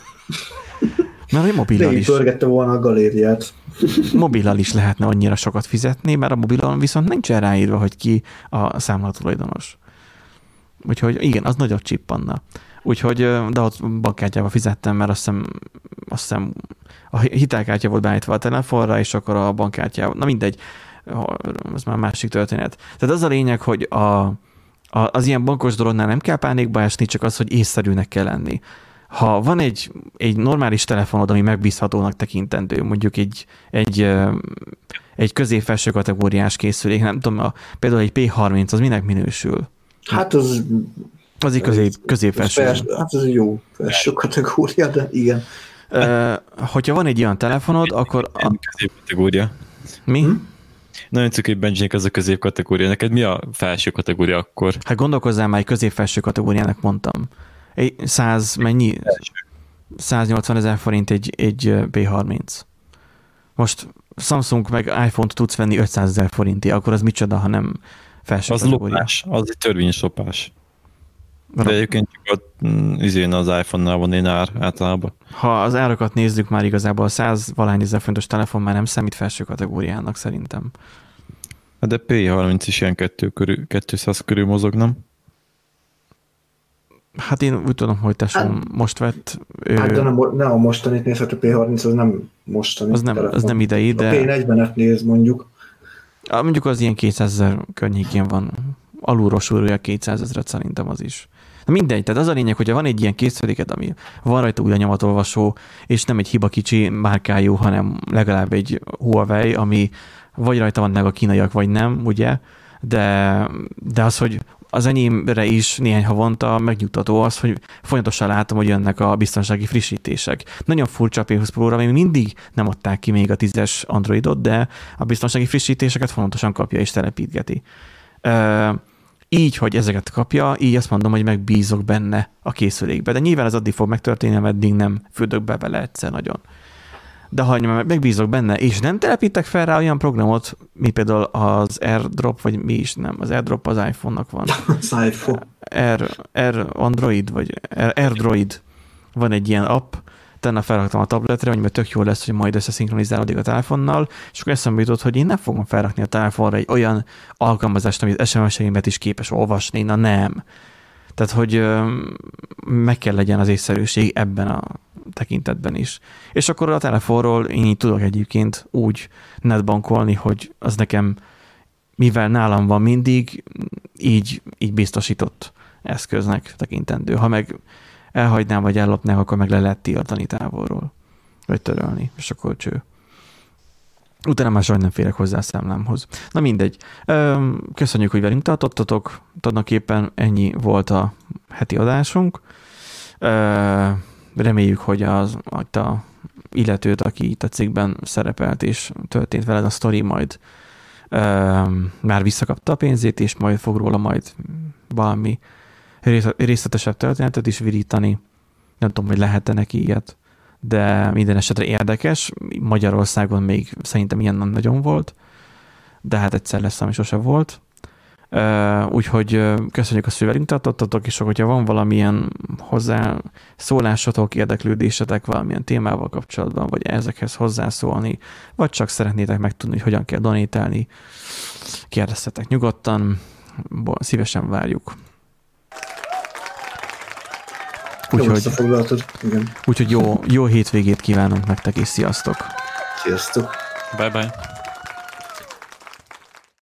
Mert hogy mobillal is. Pörgette volna a galériát. Mobillal is lehetne annyira sokat fizetni, mert a mobilon viszont nincs ráírva, hogy ki a számlatulajdonos. Úgyhogy igen, az nagyobb csippanna. Úgyhogy, de ott bankkártyával fizettem, mert azt hiszem, azt hiszem a hitelkártya volt beállítva a telefonra, és akkor a bankkártyával, na mindegy, ez már másik történet. Tehát az a lényeg, hogy a, a, az ilyen bankos dolognál nem kell pánikba esni, csak az, hogy észszerűnek kell lenni. Ha van egy, egy normális telefonod, ami megbízhatónak tekintendő, mondjuk egy, egy, egy középfelső kategóriás készülék, nem tudom, a, például egy pé harminc, az minek minősül? Hát az... Az egy közép, középfelső. Hát ez jó felső kategória, de igen. Uh, hogyha van egy olyan telefonod, akkor... A... Középkategória. Mi? Hm? Nagyon cuki, hogy Benjinek az a középkategória. Neked mi a felső kategória akkor? Hát gondolkozzál már, egy középfelső kategóriának mondtam. Egy száz, mennyi? száznyolcvan ezer forint egy, egy pé harminc. Most Samsung meg iPhone-t tudsz venni ötszázezer forinti, akkor az micsoda, ha nem felső az kategória. Lopás, az egy törvényes lopás. De egyébként csak izén az iPhone-nál van én ár általában. Ha az árakat nézzük, már igazából a száz valahány ezer fontos telefon már nem számít felső kategóriának szerintem. De P harminc is ilyen kettő körül, kétszáz körül mozog, nem? Hát én úgy tudom, hogy tesóm hát, most vett. Hát de nem, nem a mostanit nézhet, a P harminc az nem mostani. Az nem, az nem idei, de... A P negyvenet néz mondjuk. Mondjuk az ilyen kétszázezer környékén van. Alulról súrolja kétszázezret szerintem az is. Na mindegy, tehát az a lényeg, hogyha van egy ilyen készüléked, ami van rajta új nyomatolvasó, és nem egy hiba kicsi márkájú, hanem legalább egy Huawei, ami vagy rajta vannak a kínaiak, vagy nem, ugye? De, de az, hogy az enyémre is néhány havonta megnyugtató az, hogy folyamatosan látom, hogy jönnek a biztonsági frissítések. Nagyon furcsa a P húsz Pro-ra, még mindig nem adták ki még a tízes Androidot, de a biztonsági frissítéseket folyamatosan kapja és telepítgeti. Így, hogy ezeket kapja, így azt mondom, hogy megbízok benne a készülékbe. De nyilván ez addig fog megtörténni, ameddig nem fürdök be vele egyszer nagyon. De ha megbízok benne, és nem telepítek fel rá olyan programot, mi például az AirDrop, vagy mi is nem, az AirDrop az iPhone-nak van. Az iPhone. Air, Air Android, vagy Air, AirDroid. Van egy ilyen app, tenne felraktam a tabletre, hogy tök jó lesz, hogy majd összeszinkronizálódik a telefonnal, és akkor eszembe jutott, hogy én nem fogom felrakni a telefonra egy olyan alkalmazást, amit es em es-eimet is képes olvasni, na nem. Tehát, hogy meg kell legyen az észszerűség ebben a tekintetben is. És akkor a telefonról én így tudok egyébként úgy netbankolni, hogy az nekem, mivel nálam van mindig, így, így biztosított eszköznek tekintendő. Ha meg elhagynám, vagy ellopnák, akkor meg le lehet tiltani távolról, vagy törölni, és akkor cső. Utána már sajnos nem férek hozzá a számlámhoz. Na mindegy. Köszönjük, hogy velünk tartottatok. Tulajdonképpen ennyi volt a heti adásunk. Reméljük, hogy az a illetőt, aki itt a cikkben szerepelt, és történt veled a sztori, majd már visszakapta a pénzét, és majd fog róla majd valami részletesebb történetet is virítani. Nem tudom, hogy lehet-e neki ilyet, de minden esetre érdekes. Magyarországon még szerintem ilyen nem nagyon volt, de hát egyszer lesz, ami sose volt. Úgyhogy köszönjük azt, hogy velünk tartottatok, és hogyha van valamilyen hozzászólásotok, érdeklődésetek valamilyen témával kapcsolatban, vagy ezekhez hozzászólni, vagy csak szeretnétek megtudni, hogy hogyan kell donételni, kérdezzetek nyugodtan, szívesen várjuk. Úgyhogy, úgyhogy jó, jó hétvégét kívánunk nektek, és sziasztok! Sziasztok! Bye bye!